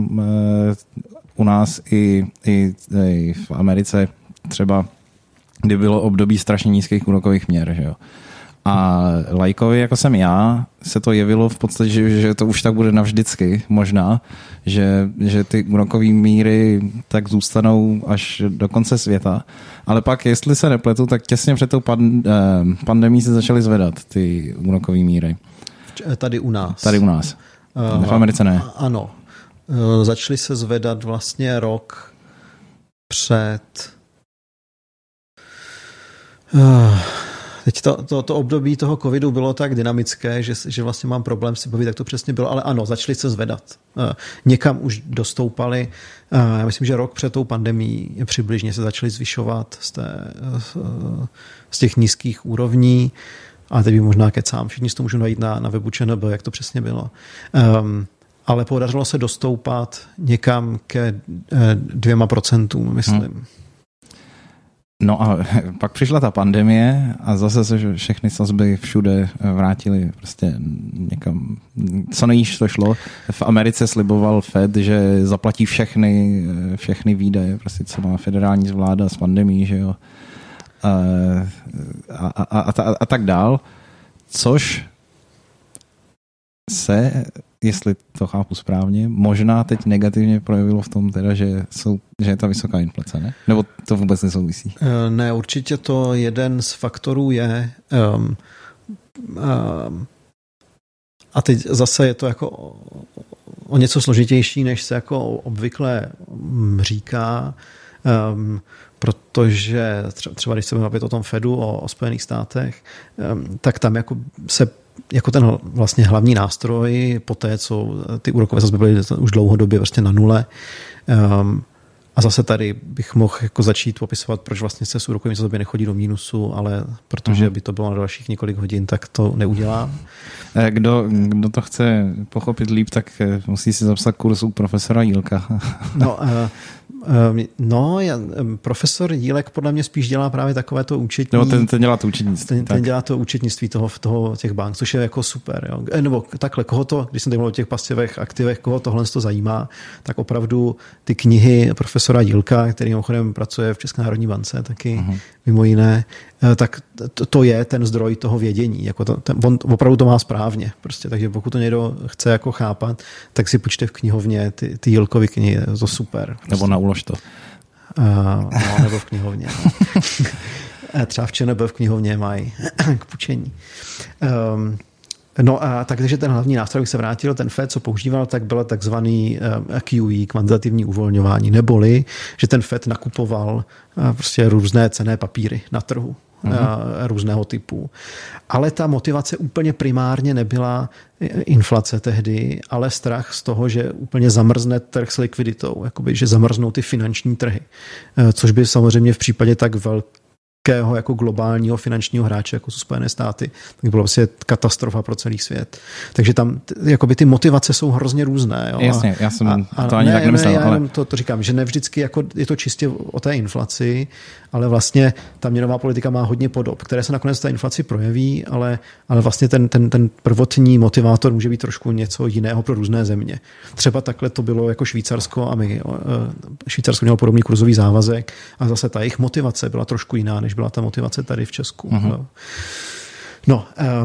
u nás i v Americe třeba, kdy bylo období strašně nízkých úrokových měr, že jo. A laikovi, jako jsem já, se to jevilo v podstatě, že to už tak bude navždycky možná, že ty úrokové míry tak zůstanou až do konce světa. Ale pak, jestli se nepletu, tak těsně před tou pandemí se začaly zvedat ty úrokové míry. Tady u nás. Tady u nás. V Americe ne. Ano. Začaly se zvedat vlastně rok před... Teď to období toho covidu bylo tak dynamické, že vlastně mám problém si bavit, jak to přesně bylo, ale ano, začali se zvedat. Někam už dostoupali. Já myslím, že rok před tou pandemií přibližně se začaly zvyšovat z těch nízkých úrovní. A teď by možná kecám. Všichni si to můžou najít na webu ČNB, jak to přesně bylo. Ale podařilo se dostoupat někam ke 2%, myslím. No a pak přišla ta pandemie a zase se všechny sazby všude vrátily prostě někam, co nejvíc to šlo. V Americe sliboval Fed, že zaplatí všechny výdaje, prostě co má federální vláda s pandemií, že jo. A tak dál. Což se, jestli to chápu správně, možná teď negativně projevilo v tom teda, že je ta vysoká inflace, ne? Nebo to vůbec nesouvisí? Ne, určitě to jeden z faktorů je. A teď zase je to jako o něco složitější, než se jako obvykle říká, protože třeba když se budeme bavit o tom Fedu, o Spojených státech, tak tam jako jako ten vlastně hlavní nástroj po té, co ty úrokové sazby byly už dlouhodobě vlastně na nule. A zase tady bych mohl jako začít popisovat, proč vlastně se s úrokovými sazbami nechodí do mínusu, ale protože by to bylo na dalších několik hodin, tak to neudělám. Kdo to chce pochopit líp, tak musí si zapsat kurz u profesora Jílka. Profesor Jílek podle mě spíš dělá právě takové to účetní. No, ten dělá to účetnictví. Ten dělá to účetnictví těch bank, což je jako super. Jo. Nebo takhle, když jsem mluvil o těch pasivech aktivech, koho tohle to zajímá, tak opravdu ty knihy profesora Jílka, který mimochodem pracuje v České národní bance taky mimo jiné, tak to je ten zdroj toho vědění. Jako on opravdu to má správně. Prostě. Takže pokud to někdo chce jako chápat, tak si počte v knihovně ty Jílkovy knihy, je to super. Prostě. Nebo na Ulož to. Nebo v knihovně. No. Třeba v ČNB v knihovně mají k půjčení. No a takže ten hlavní nástroj, když se vrátil, ten FED, co používal, tak byl takzvaný QE, kvantitativní uvolňování, neboli, že ten FED nakupoval prostě různé cenné papíry na trhu. Různého typu. Ale ta motivace úplně primárně nebyla inflace tehdy, ale strach z toho, že úplně zamrzne trh s likviditou, jakoby, že zamrznou ty finanční trhy. Což by samozřejmě v případě tak velkého jako globálního finančního hráče, jako jsou Spojené státy, tak bylo vlastně katastrofa pro celý svět. Takže tam jakoby ty motivace jsou hrozně různé. Jo? Jasně, já jsem to ani tak nemyslel. Já ale... to říkám, že ne vždycky jako je to čistě o té inflaci, ale vlastně ta měnová politika má hodně podob, které se nakonec té inflaci projeví, ale vlastně ten prvotní motivátor může být trošku něco jiného pro různé země. Třeba takhle to bylo jako Švýcarsko a Švýcarsko mělo podobný kurzový závazek a zase ta jejich motivace byla trošku jiná, než byla ta motivace tady v Česku. No,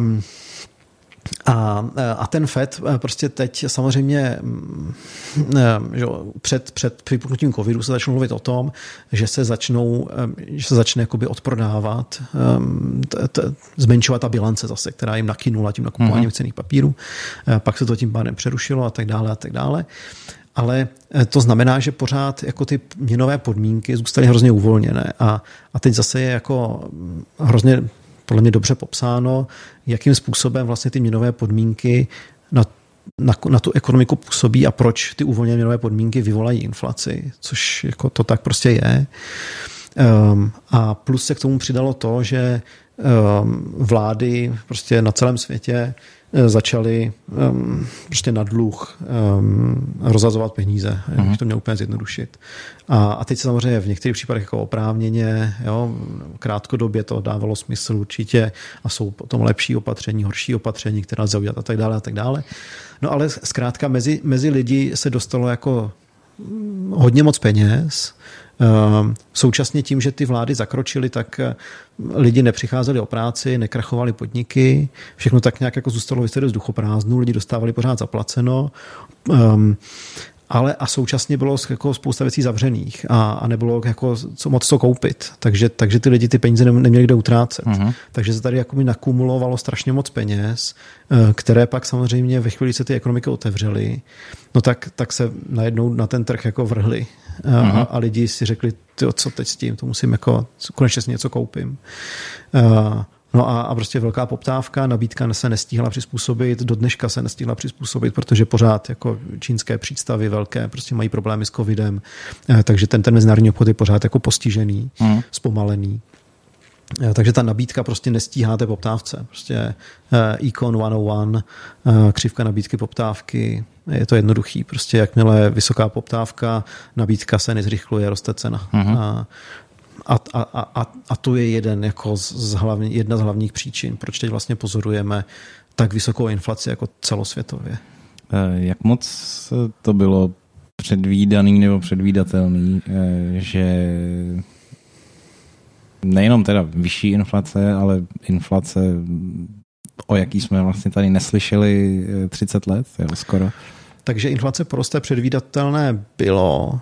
a ten FED prostě teď samozřejmě že před vypuknutím covidu se začalo mluvit o tom, že se začne jakoby odprodávat, zmenšovat ta bilance zase, která jim nakynula tím nakupováním cenných papírů. Pak se to tím pádem přerušilo a tak dále a tak dále. Ale to znamená, že pořád jako ty měnové podmínky zůstaly hrozně uvolněné. A teď zase je jako hrozně podle mě dobře popsáno, jakým způsobem vlastně ty měnové podmínky na tu ekonomiku působí a proč ty uvolněné měnové podmínky vyvolají inflaci, což jako to tak prostě je. A plus se k tomu přidalo to, že vlády prostě na celém světě začaly prostě na dluh rozhazovat peníze, když to mělo úplně zjednodušit. A teď se samozřejmě v některých případech jako oprávněně, jo, krátkodobě to dávalo smysl určitě a jsou potom lepší opatření, horší opatření, která lze udělat a tak dále a tak dále. No ale zkrátka mezi lidi se dostalo jako hodně moc peněz. Současně tím, že ty vlády zakročily, tak lidi nepřicházeli o práci, nekrachovali podniky, všechno tak nějak jako zůstalo ve vzduchoprázdnu, lidi dostávali pořád zaplaceno, ale a současně bylo jako spousta věcí zavřených a nebylo jako moc co koupit, takže ty lidi ty peníze neměli kde utrácet. Takže se tady jako nakumulovalo strašně moc peněz, které pak samozřejmě ve chvíli se ty ekonomiky otevřely, no tak se najednou na ten trh jako vrhli. A lidi si řekli, co teď s tím, to musím jako, konečně si něco koupím. No a prostě velká poptávka, nabídka se nestihla přizpůsobit, do dneška se nestihla přizpůsobit, protože pořád jako čínské přístavy velké prostě mají problémy s covidem, takže ten mezinárodní obchod je pořád jako postižený, zpomalený. Takže ta nabídka prostě nestíhá té poptávce. Prostě Econ 101, křivka nabídky poptávky, je to jednoduchý. Prostě jakmile je vysoká poptávka, nabídka se nezrychluje, roste cena. A to je jedna z hlavních příčin, proč teď vlastně pozorujeme tak vysokou inflaci jako celosvětově. Jak moc to bylo předvídaný nebo předvídatelný, že nejenom teda vyšší inflace, ale inflace, o jaký jsme vlastně tady neslyšeli 30 let, jo, skoro. Takže inflace poroste předvídatelné bylo.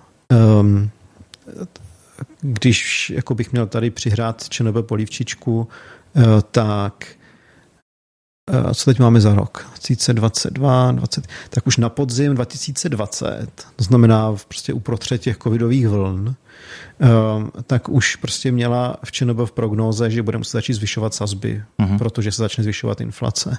Když jako bych měl tady přihrát ČNB polívčičku, tak co teď máme za rok? 2022, 20, tak už na podzim 2020, to znamená prostě uprostřed těch covidových vln, tak už prostě měla v ČNB v prognóze, že bude muset začít zvyšovat sazby, protože se začne zvyšovat inflace.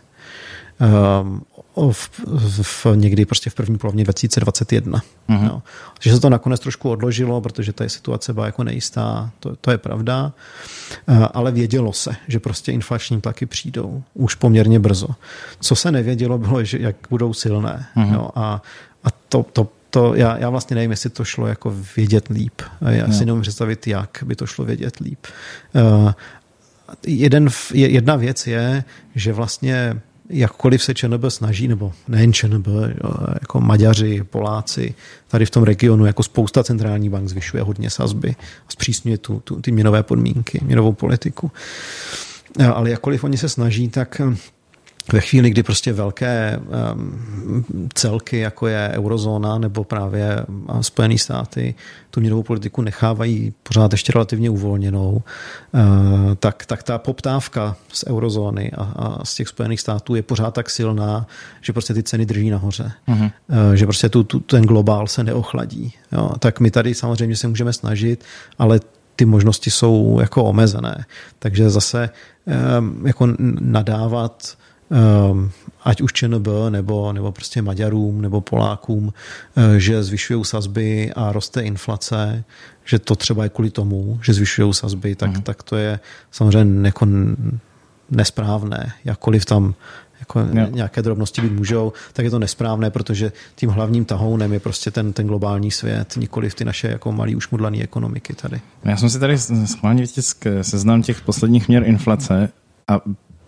Někdy prostě v první polovině 2021. Jo. Že se to nakonec trošku odložilo, protože ta situace byla jako nejistá, to je pravda, ale vědělo se, že prostě inflační tlaky přijdou už poměrně brzo. Co se nevědělo, bylo, že jak budou silné. Jo. A já vlastně nevím, jestli to šlo jako vědět líp. Já si nemůžu představit, jak by to šlo vědět líp. Jedna věc je, že vlastně jakkoliv se ČNB snaží, nebo nejen ČNB, jako Maďaři, Poláci, tady v tom regionu jako spousta centrální bank zvyšuje hodně sazby a zpřísňuje ty měnové podmínky, měnovou politiku. Ale jakkoliv oni se snaží, tak ve chvíli, kdy prostě velké celky, jako je eurozóna nebo právě Spojené státy, tu měnovou politiku nechávají pořád ještě relativně uvolněnou, tak ta poptávka z eurozóny a z těch Spojených států je pořád tak silná, že prostě ty ceny drží nahoře. Že prostě ten globál se neochladí. Jo. Tak my tady samozřejmě se můžeme snažit, ale ty možnosti jsou jako omezené. Takže zase jako nadávat ať už ČNB nebo prostě Maďarům nebo Polákům, že zvyšují sazby a roste inflace, že to třeba je kvůli tomu, že zvyšují sazby, tak to je samozřejmě jako nesprávné. Jakkoliv tam jako nějaké drobnosti být můžou, tak je to nesprávné, protože tím hlavním tahounem je prostě ten globální svět, nikoliv ty naše jako malý ušmudlaný ekonomiky tady. Já jsem si tady schválně vytisk seznam těch posledních měr inflace a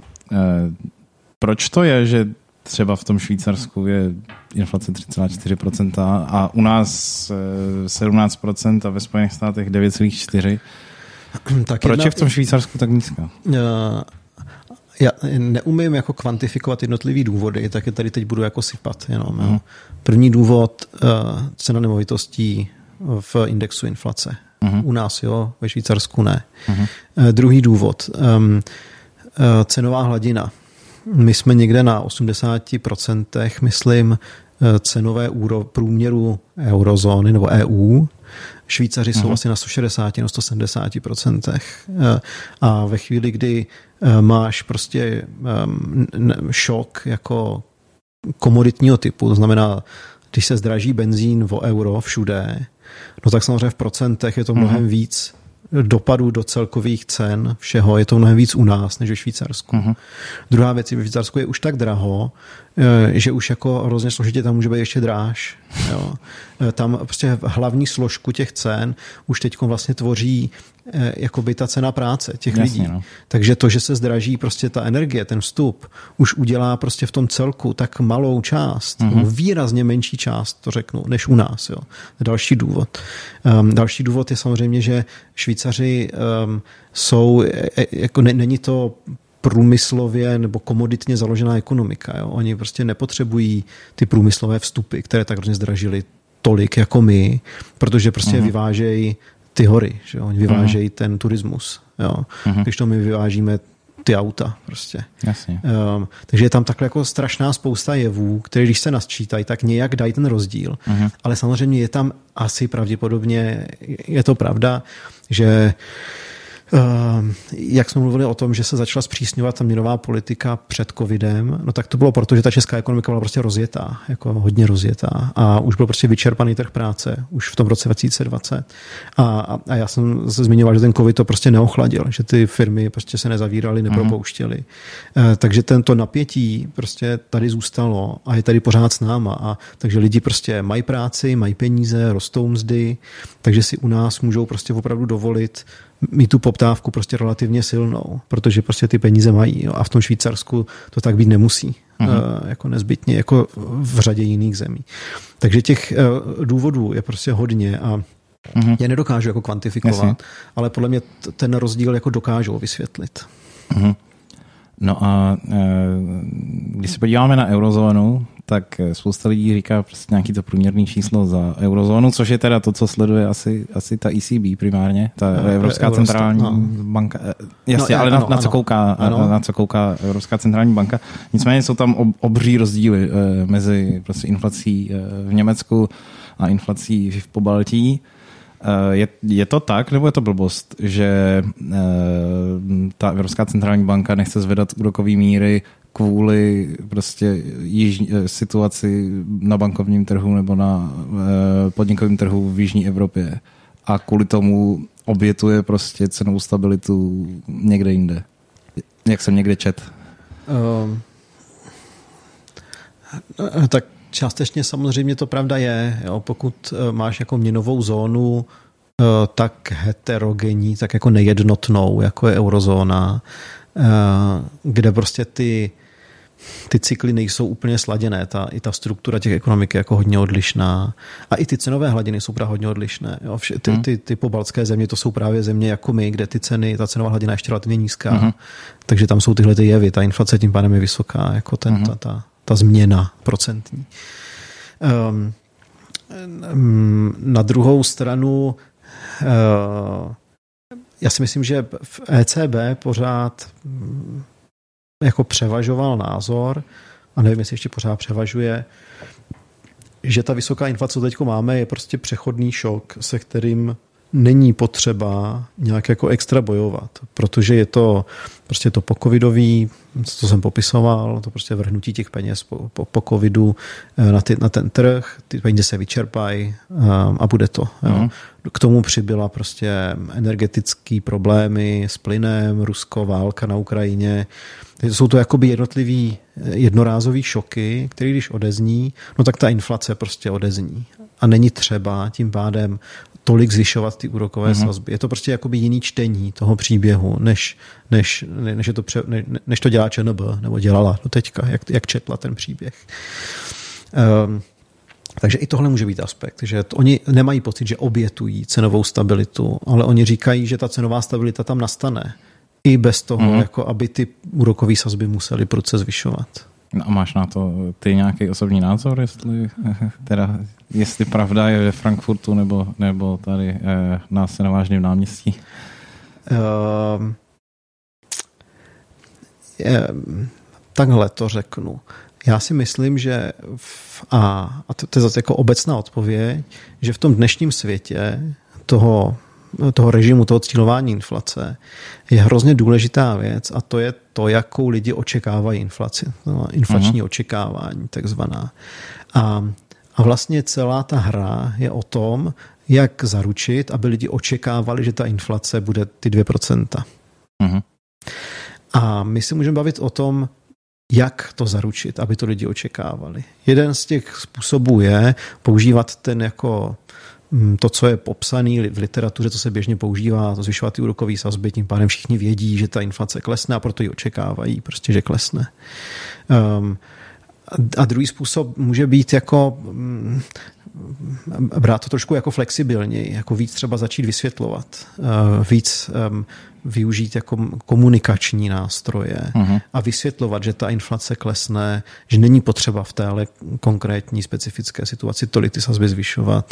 proč to je, že třeba v tom Švýcarsku je inflace 3,4% a u nás 17% a ve Spojených státech 9,4%? Proč je v tom Švýcarsku tak nízká? Já neumím jako kvantifikovat jednotlivý důvody, tak je tady teď budu jako sypat jenom. První důvod, cena nemovitostí v indexu inflace. U nás jo, ve Švýcarsku ne. Druhý důvod, cenová hladina. My jsme někde na 80%, myslím, cenové průměru eurozóny nebo EU. Švýcaři jsou asi na 160, na 170%. A ve chvíli, kdy máš prostě šok jako komoditního typu, to znamená, když se zdraží benzín o euro všude, no tak samozřejmě v procentech je to mnohem víc dopadů do celkových cen všeho, je to mnohem víc u nás, než ve Švýcarsku. Druhá věc, ve Švýcarsku je už tak draho, že už jako hrozně složitě tam může být ještě dráž. Jo. Tam prostě hlavní složku těch cen už teď vlastně tvoří jakoby ta cena práce těch lidí. No. Takže to, že se zdraží prostě ta energie, ten vstup, už udělá prostě v tom celku tak malou část, výrazně menší část, to řeknu, než u nás. Jo. Další důvod. Další důvod je samozřejmě, že Švýcaři jsou, jako není to průmyslově nebo komoditně založená ekonomika. Jo. Oni prostě nepotřebují ty průmyslové vstupy, které tak hrozně zdražily tolik jako my, protože prostě vyvážejí ty hory, že oni vyvážejí ten turismus. Jo. Když to my vyvážíme ty auta prostě. Jasně. Takže je tam takhle jako strašná spousta jevů, které když se nasčítají, tak nějak dají ten rozdíl. Ale samozřejmě je tam asi pravděpodobně, je to pravda, že jak jsme mluvili o tom, že se začala zpřísňovat ta měnová politika před covidem, no tak to bylo proto, že ta česká ekonomika byla prostě rozjetá, jako hodně rozjetá a už byl prostě vyčerpaný trh práce už v tom roce 2020 a já jsem se zmiňoval, že ten covid to prostě neochladil, že ty firmy prostě se nezavíraly, nepropouštěly. Takže tento napětí prostě tady zůstalo a je tady pořád s náma a takže lidi prostě mají práci, mají peníze, rostou mzdy, takže si u nás můžou prostě opravdu dovolit mít tu poptávku prostě relativně silnou, protože prostě ty peníze mají. Jo, a v tom Švýcarsku to tak být nemusí. Jako nezbytně, jako v řadě jiných zemí. Takže těch důvodů je prostě hodně a je nedokážu jako kvantifikovat, ale podle mě ten rozdíl jako dokážou vysvětlit. No a když se podíváme na eurozónu, tak spousta lidí říká prostě nějaký to průměrný číslo za eurozónu, což je teda to, co sleduje asi ta ECB primárně, ta Evropská centrální banka. Jasně, ale na co kouká Evropská centrální banka. Nicméně jsou tam obří rozdíly mezi prostě inflací v Německu a inflací v Pobaltí. Je to tak, nebo je to blbost, že ta Evropská centrální banka nechce zvedat úrokové míry kvůli prostě situaci na bankovním trhu nebo na podnikovém trhu v jižní Evropě a kvůli tomu obětuje prostě cenovou stabilitu někde jinde? Jak jsem někde čet? Tak částečně samozřejmě to pravda je. Jo. Pokud máš jako měnovou zónu tak heterogenní, tak jako nejednotnou, jako je eurozóna, kde prostě ty ty cykly nejsou úplně sladěné, i ta struktura těch ekonomik je jako hodně odlišná a i ty cenové hladiny jsou právě hodně odlišné. Jo? Ty pobaltské země, to jsou právě země jako my, kde ta cenová hladina je ještě relativně nízká, takže tam jsou tyhle ty jevy, ta inflace tím pádem je vysoká, jako ta změna procentní. Na druhou stranu já si myslím, že v ECB pořád jako převažoval názor, a nevím, jestli ještě pořád převažuje, že ta vysoká inflace, co teď máme, je prostě přechodný šok, se kterým není potřeba nějak jako extra bojovat, protože je to prostě to po-covidový, co jsem popisoval, to prostě vrhnutí těch peněz po covidu na ten trh, ty peníze se vyčerpají a bude to. Jo. K tomu přibyla prostě energetické problémy s plynem, Rusko, válka na Ukrajině. Jsou to jakoby jednotlivý jednorázový šoky, které když odezní, no tak ta inflace prostě odezní. A není třeba tím pádem tolik zvyšovat ty úrokové sazby. Je to prostě jakoby jiný čtení toho příběhu, než to dělá ČNB, nebo dělala do teďka, jak četla ten příběh. Takže i tohle může být aspekt, že oni nemají pocit, že obětují cenovou stabilitu, ale oni říkají, že ta cenová stabilita tam nastane. I bez toho, jako aby ty úrokové sazby museli prudce zvyšovat. No a máš na to ty nějaký osobní názor, jestli pravda je ve Frankfurtu nebo tady na Senovážném náměstí? Takhle to řeknu. Já si myslím, že a to je zase jako obecná odpověď, že v tom dnešním světě toho režimu, toho cílování inflace je hrozně důležitá věc a to je to, jakou lidi očekávají inflaci. Inflační očekávání, takzvaná. A vlastně celá ta hra je o tom, jak zaručit, aby lidi očekávali, že ta inflace bude ty 2%. A my si můžeme bavit o tom, jak to zaručit, aby to lidi očekávali. Jeden z těch způsobů je používat ten jako to, co je popsané v literatuře, co se běžně používá, to zvyšovat ty úrokové sazby, tím pádem všichni vědí, že ta inflace klesne a proto ji očekávají, prostě, že klesne. A druhý způsob může být jako brát to trošku jako flexibilněji, jako víc třeba začít vysvětlovat, víc využít jako komunikační nástroje a vysvětlovat, že ta inflace klesne, že není potřeba v téhle konkrétní specifické situaci tolik ty sazby zvyšovat.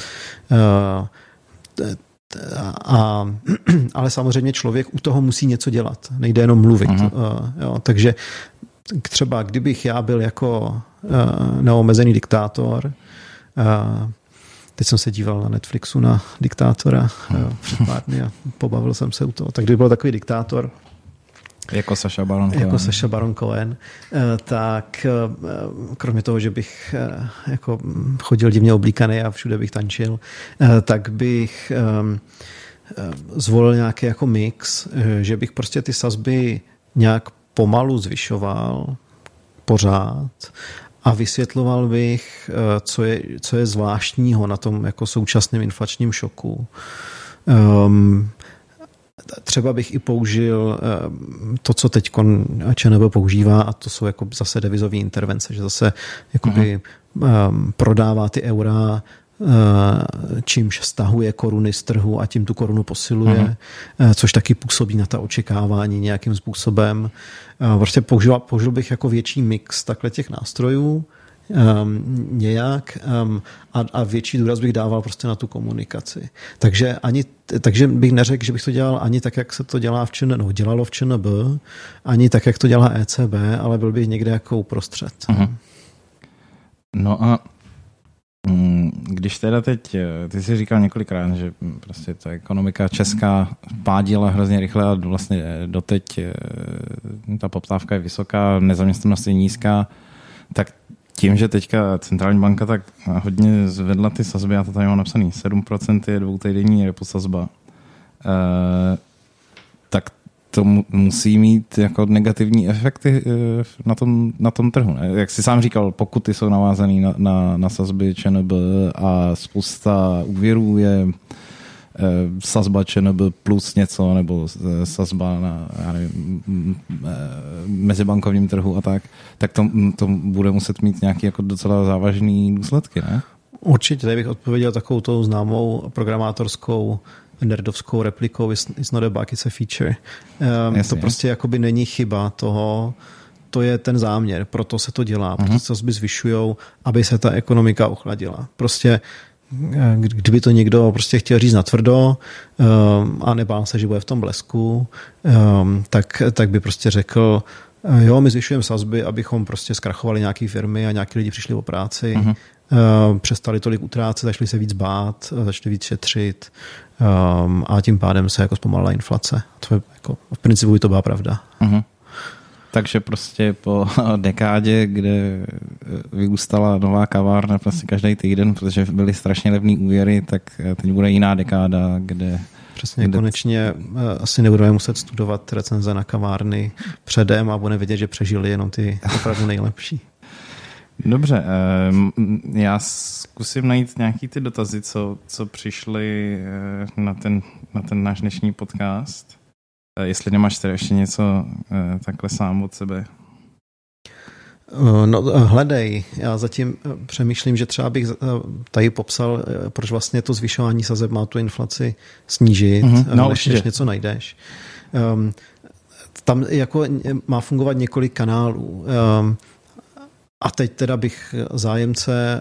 Ale samozřejmě člověk u toho musí něco dělat. Nejde jenom mluvit. Jo, takže třeba kdybych já byl jako neomezený diktátor, teď jsem se díval na Netflixu na diktátora před pár dny a pobavil jsem se u toho. Tak kdyby byl takový diktátor, jako Sacha Baron Cohen. Jako Sacha Baron Cohen, tak kromě toho, že bych jako chodil divně oblíkaný a všude bych tančil, tak bych zvolil nějaký jako mix, že bych prostě ty sazby nějak pomalu zvyšoval pořád a vysvětloval bych, co je zvláštního na tom jako současném inflačním šoku. Třeba bych i použil to, co teď ČNB používá, a to jsou jako zase devizové intervence, že zase jakoby prodává ty eura, čímž stahuje koruny z trhu a tím tu korunu posiluje, což taky působí na ta očekávání nějakým způsobem. Prostě použil bych jako větší mix takhle těch nástrojů nějak a větší důraz bych dával prostě na tu komunikaci. Takže bych neřekl, že bych to dělal ani tak, jak se to dělá dělalo v ČNB, ani tak, jak to dělá ECB, ale byl bych někde jako uprostřed. No a když teda teď, ty jsi říkal několikrát, že prostě ta ekonomika česká pádila hrozně rychle a vlastně doteď ta poptávka je vysoká, nezaměstnanost je nízká, tak tím, že teďka centrální banka tak hodně zvedla ty sazby, já to tady mám napsaný, 7% je dvoutýdenní repo sazba, tak to musí mít jako negativní efekty na tom trhu. Ne? Jak jsi sám říkal, pokuty jsou navázané na sazby ČNB a spousta úvěrů je sazba ČNB plus něco, nebo sazba na mezibankovním trhu a tak to bude muset mít nějaký jako docela závažný důsledky, ne? Určitě, tady bych odpověděl takovou tou známou programátorskou nerdovskou replikou it's not a bug, it's a feature. To prostě jakoby není chyba toho, to je ten záměr, proto se to dělá, proto se sazby zvyšujou, aby se ta ekonomika ochladila. Prostě kdyby to někdo prostě chtěl říct natvrdo a nebál se, že bude v tom blesku, tak by prostě řekl, jo, my zvyšujeme sazby, abychom prostě zkrachovali nějaké firmy a nějaký lidi přišli o práci, přestali tolik utrácet, začali se víc bát, začali víc šetřit a tím pádem se jako zpomalila inflace. To je jako, v principu by to byla pravda. Takže prostě po dekádě, kde vyrůstala nová kavárna prostě každý týden, protože byly strašně levný úvěry, tak teď bude jiná dekáda, kde... Přesně, konečně asi nebudeme muset studovat recenze na kavárny předem a budeme vědět, že přežili jenom ty opravdu nejlepší. Dobře, já zkusím najít nějaký ty dotazy, co přišly na ten náš dnešní podcast. Jestli nemáš tady ještě něco takhle sám od sebe. No, hledej. Já zatím přemýšlím, že třeba bych tady popsal, proč vlastně to zvyšování sazeb má tu inflaci snížit, než něco najdeš. Tam jako má fungovat několik kanálů. A teď teda bych zájemce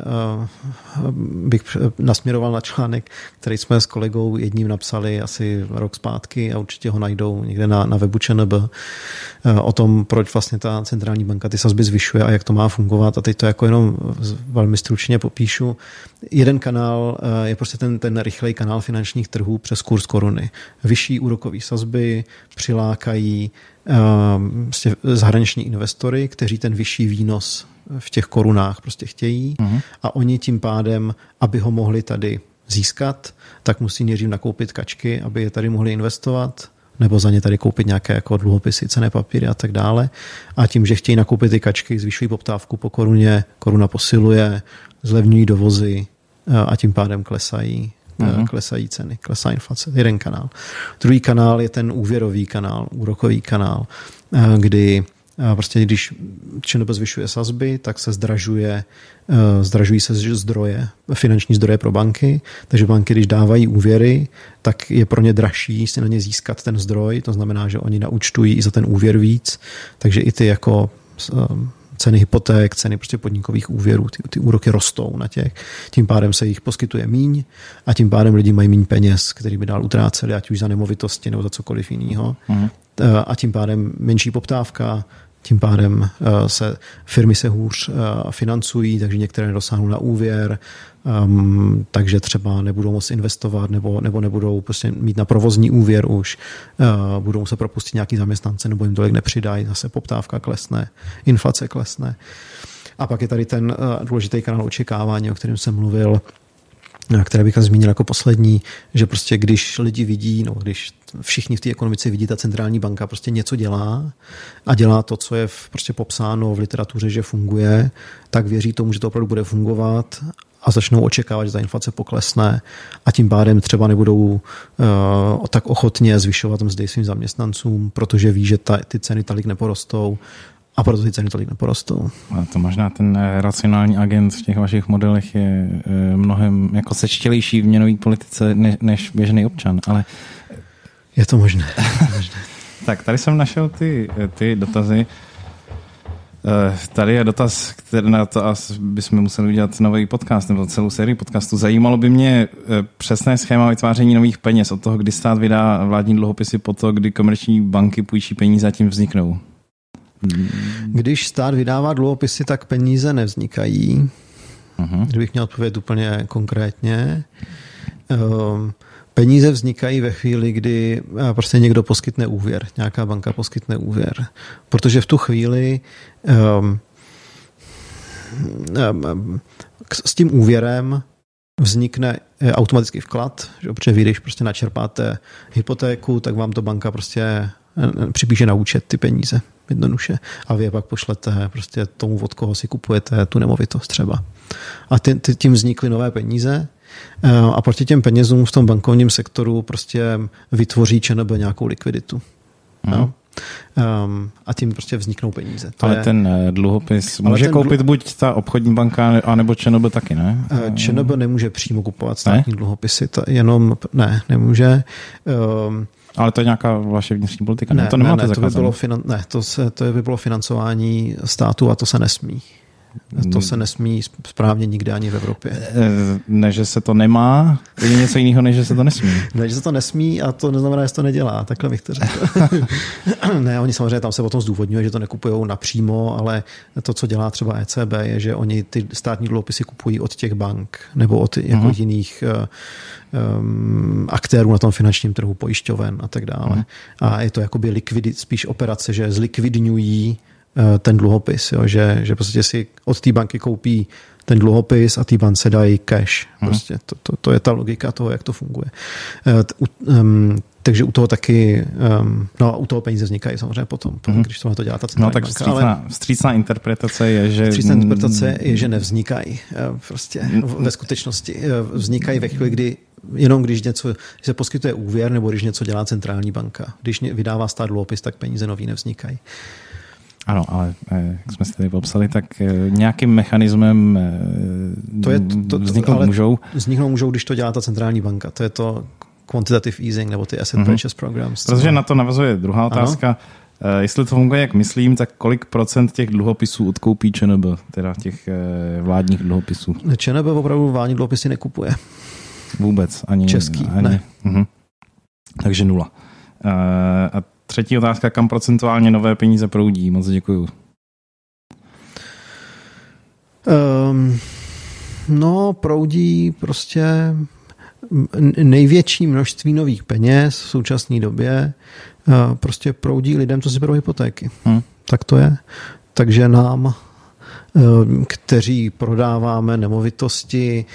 nasměroval na článek, který jsme s kolegou jedním napsali asi rok zpátky a určitě ho najdou někde na webu ČNB o tom, proč vlastně ta centrální banka ty sazby zvyšuje a jak to má fungovat. A teď to jako jenom velmi stručně popíšu. Jeden kanál je prostě ten rychlej kanál finančních trhů přes kurz koruny. Vyšší úrokové sazby přilákají zahraniční investory, kteří ten vyšší výnos v těch korunách prostě chtějí a oni tím pádem, aby ho mohli tady získat, tak musí nejdřív nakoupit kačky, aby je tady mohli investovat, nebo za ně tady koupit nějaké jako dluhopisy, cenné papíry a tak dále. A tím, že chtějí nakoupit ty kačky, zvyšují poptávku po koruně, koruna posiluje, zlevňují dovozy a tím pádem klesají ceny, klesá inflace. Jeden kanál. Druhý kanál je ten úvěrový kanál, úrokový kanál, kdy prostě když ČNB zvyšuje sazby, tak se zdražují se zdroje, finanční zdroje pro banky, takže banky, když dávají úvěry, tak je pro ně dražší si na ně získat ten zdroj, to znamená, že oni naúčtují i za ten úvěr víc, takže i ty jako ceny hypoték, ceny prostě podnikových úvěrů, ty úroky rostou na těch. Tím pádem se jich poskytuje míň a tím pádem lidi mají míň peněz, který by dál utráceli, ať už za nemovitosti nebo za cokoliv jiného. A tím pádem menší poptávka, tím pádem firmy se hůř financují, takže některé nedosáhnou na úvěr, takže třeba nebudou moct investovat nebo nebudou prostě mít na provozní úvěr už, budou muset propustit nějaký zaměstnance nebo jim tolik nepřidají, zase poptávka klesne, inflace klesne. A pak je tady ten důležitý kanál očekávání, o kterém jsem mluvil, které bych zmínil jako poslední, že prostě když lidi vidí, když všichni v té ekonomice vidí, ta centrální banka prostě něco dělá a dělá to, co je prostě popsáno v literatuře, že funguje, tak věří tomu, že to opravdu bude fungovat a začnou očekávat, že ta inflace poklesne a tím pádem třeba nebudou tak ochotně zvyšovat mzdy svým zaměstnancům, protože ví, že ty ceny tolik neporostou. A proto ty ceny tolik neporostou. A to možná ten racionální agent v těch vašich modelech je mnohem jako sečtělejší v měnové politice než běžný občan, ale... Je to možné. Tak, tady jsem našel ty dotazy. Tady je dotaz, který na to asi bychom museli udělat nový podcast nebo celou sérii podcastů. Zajímalo by mě přesné schéma vytváření nových peněz od toho, kdy stát vydá vládní dluhopisy po to, kdy komerční banky půjčí peníze a tím vzniknou. Když stát vydává dluhopisy, tak peníze nevznikají. Kdybych měl odpovědět úplně konkrétně. Peníze vznikají ve chvíli, kdy prostě někdo poskytne úvěr. Nějaká banka poskytne úvěr. Protože v tu chvíli s tím úvěrem vznikne automatický vklad, že protože vy, když prostě načerpáte hypotéku, tak vám to banka prostě připíše na účet ty peníze jednoduše a vy je pak pošlete prostě tomu, od koho si kupujete tu nemovitost třeba. A tím vznikly nové peníze a proti těm penězům v tom bankovním sektoru prostě vytvoří ČNB nějakou likviditu. No. A tím prostě vzniknou peníze. Ale ten dluhopis může koupit buď ta obchodní banka, anebo ČNB taky, ne? ČNB nemůže přímo kupovat státní dluhopisy, nemůže. Ale to je nějaká vaše vnitřní politika? Ne, to nemáte zakázané. To by bylo financování státu a to se nesmí. To se nesmí správně nikde ani v Evropě. Ne, že se to nemá, je něco jiného, než že se to nesmí. Ne, že se to nesmí a to neznamená, že se to nedělá. Takhle bych to řekl. Ne, oni samozřejmě tam se potom zdůvodňují, že to nekupujou napřímo, ale to, co dělá třeba ECB, je, že oni ty státní dluhopisy kupují od těch bank nebo od jako jiných aktérů na tom finančním trhu, pojišťoven a tak dále. A je to jakoby spíš operace, že zlikvidňují ten dluhopis, jo, že prostě si od té banky koupí ten dluhopis a té bance dají cash. Prostě to je ta logika toho, jak to funguje. Takže u toho taky, u toho peníze vznikají samozřejmě potom, když tohle to dělá ta centrální banka. Vstřícná interpretace je, že nevznikají. Prostě ve skutečnosti vznikají ve chvíli, kdy jenom když se poskytuje úvěr nebo když něco dělá centrální banka. Když vydává stát dluhopis, tak peníze nový nevznikají. Ano, ale jak jsme si tady popsali, tak nějakým mechanismem vzniknout můžou. Vzniknout můžou, když to dělá ta centrální banka. To je to quantitative easing nebo ty asset purchase programs. Protože na to navazuje druhá otázka. Jestli to funguje, jak myslím, tak kolik procent těch dluhopisů odkoupí ČNB, teda těch vládních dluhopisů? ČNB opravdu vládní dluhopisy nekupuje. Vůbec? Ani český, ani, ne. Takže 0. A třetí otázka, kam procentuálně nové peníze proudí? Moc děkuju. Proudí prostě největší množství nových peněz v současné době prostě proudí lidem, co si berou hypotéky. Tak to je. Takže nám, kteří prodáváme nemovitosti,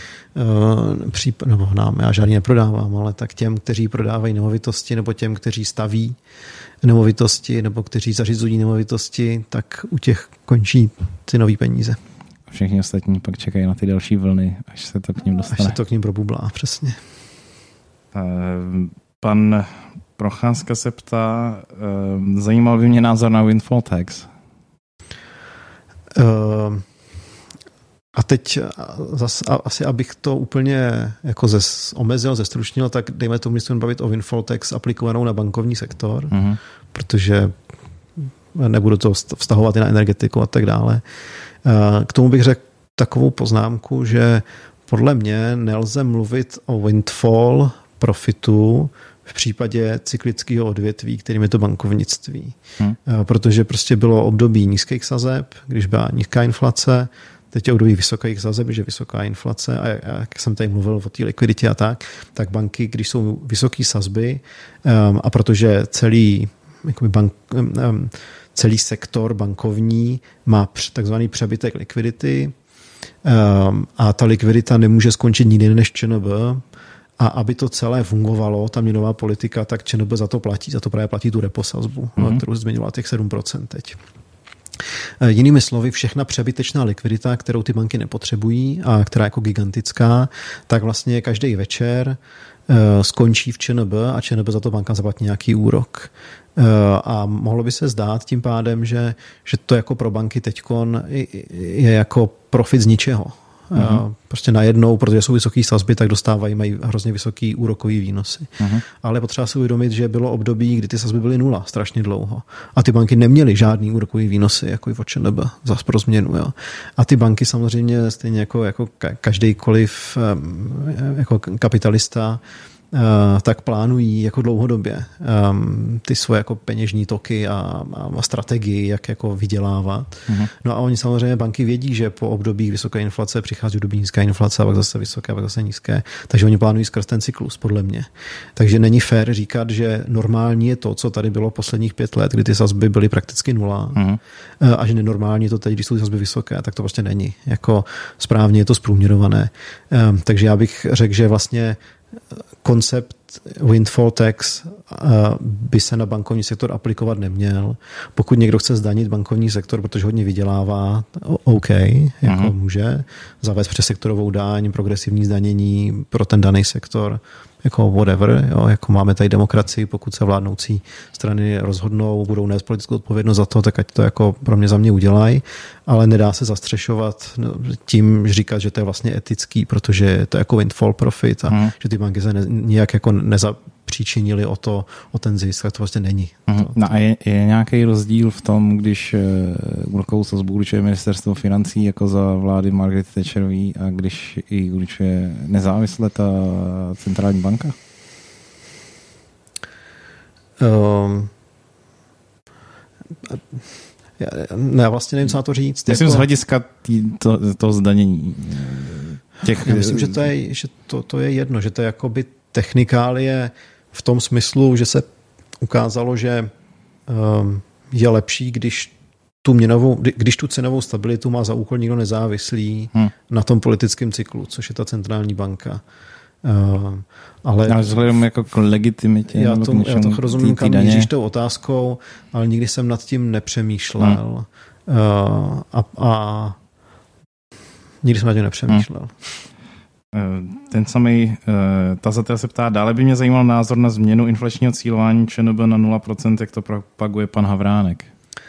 já žádný neprodávám, ale tak těm, kteří prodávají nemovitosti, nebo těm, kteří staví nemovitosti, nebo kteří zařizují nemovitosti, tak u těch končí ty nový peníze. Všichni ostatní pak čekají na ty další vlny, až se to k ním dostane. Až se to k ním probublá, přesně. Pan Procházka se ptá, zajímal by mě názor na windfall tax. A teď asi, abych to úplně jako omezil, zestručnil, tak dejme tomu, že bavit o windfall tax aplikovanou na bankovní sektor, protože nebudu to vztahovat i na energetiku a tak dále. K tomu bych řekl takovou poznámku, že podle mě nelze mluvit o windfall profitu v případě cyklického odvětví, kterým je to bankovnictví. Protože prostě bylo období nízkých sazeb, když byla nízká inflace, teď je období vysokých sazeb, když je vysoká inflace a jak jsem tady mluvil o té likviditě a tak banky, když jsou vysoké sazby a protože celý sektor bankovní má takzvaný přebytek likvidity a ta likvidita nemůže skončit nikdy než ČNB. A aby to celé fungovalo, ta měnová politika, tak ČNB za to právě platí tu repo sazbu, kterou zmiňovala těch 7% teď. Jinými slovy, všechna přebytečná likvidita, kterou ty banky nepotřebují a která je jako gigantická, tak vlastně každý večer skončí v ČNB a ČNB za to banka zaplatí nějaký úrok. A mohlo by se zdát tím pádem, že to jako pro banky teďkon je jako profit z ničeho. Prostě najednou, protože jsou vysoké sazby, tak mají hrozně vysoký úrokový výnosy. Ale potřeba si uvědomit, že bylo období, kdy ty sazby byly 0 strašně dlouho. A ty banky neměly žádný úrokový výnosy, jako i od ČNB, zas pro změnu. Jo. A ty banky samozřejmě stejně jako každýkoliv jako kapitalista, tak plánují jako dlouhodobě ty svoje jako peněžní toky a strategii, jak jako vydělávat. No a oni samozřejmě banky vědí, že po období vysoké inflace přichází období nízké inflace a pak zase vysoké, pak zase nízké. Takže oni plánují skrz ten cyklus, podle mě. Takže není fér říkat, že normální je to, co tady bylo posledních 5 let, kdy ty sazby byly prakticky 0 a že nenormální je to teď, když jsou ty sazby vysoké, tak to prostě není. Jako správně je to zprůměrované. Takže já bych řekl, že vlastně koncept windfall tax by se na bankovní sektor aplikovat neměl. Pokud někdo chce zdanit bankovní sektor, protože hodně vydělává, OK, jako může zavést přesektorovou daň, progresivní zdanění pro ten daný sektor, jako whatever, jo, jako máme tady demokracii, pokud se vládnoucí strany rozhodnou, budou nést politickou odpovědnost za to, tak ať to jako pro mě za mě udělají, ale nedá se zastřešovat tím, že říkat, že to je vlastně etický, protože to je jako windfall profit a že ty banky se nijak jako nezapříčinili o ten zisk, tak to vlastně není. No a je nějaký rozdíl v tom, když úrokovou sazbu určuje ministerstvo financí jako za vlády Margaret Thatcherový a když ji určuje nezávisle ta centrální banka? Já vlastně nevím, co na to říct. Myslím jako z hlediska toho zdanění. Já myslím, že to je jedno, že to je jakoby technikálie v tom smyslu, že se ukázalo, že je lepší, když tu cenovou stabilitu má za úkol někdo nezávislý na tom politickém cyklu, což je ta centrální banka. Ale vzhledem jako k legitimitě. Já to rozumím, kam míříš tou otázkou, ale nikdy jsem nad tím nepřemýšlel. A nikdy jsem nad tím nepřemýšlel. Ten samý tazatel se ptá, dále by mě zajímal názor na změnu inflačního cílování ČNB na 0%, jak to propaguje pan Havránek.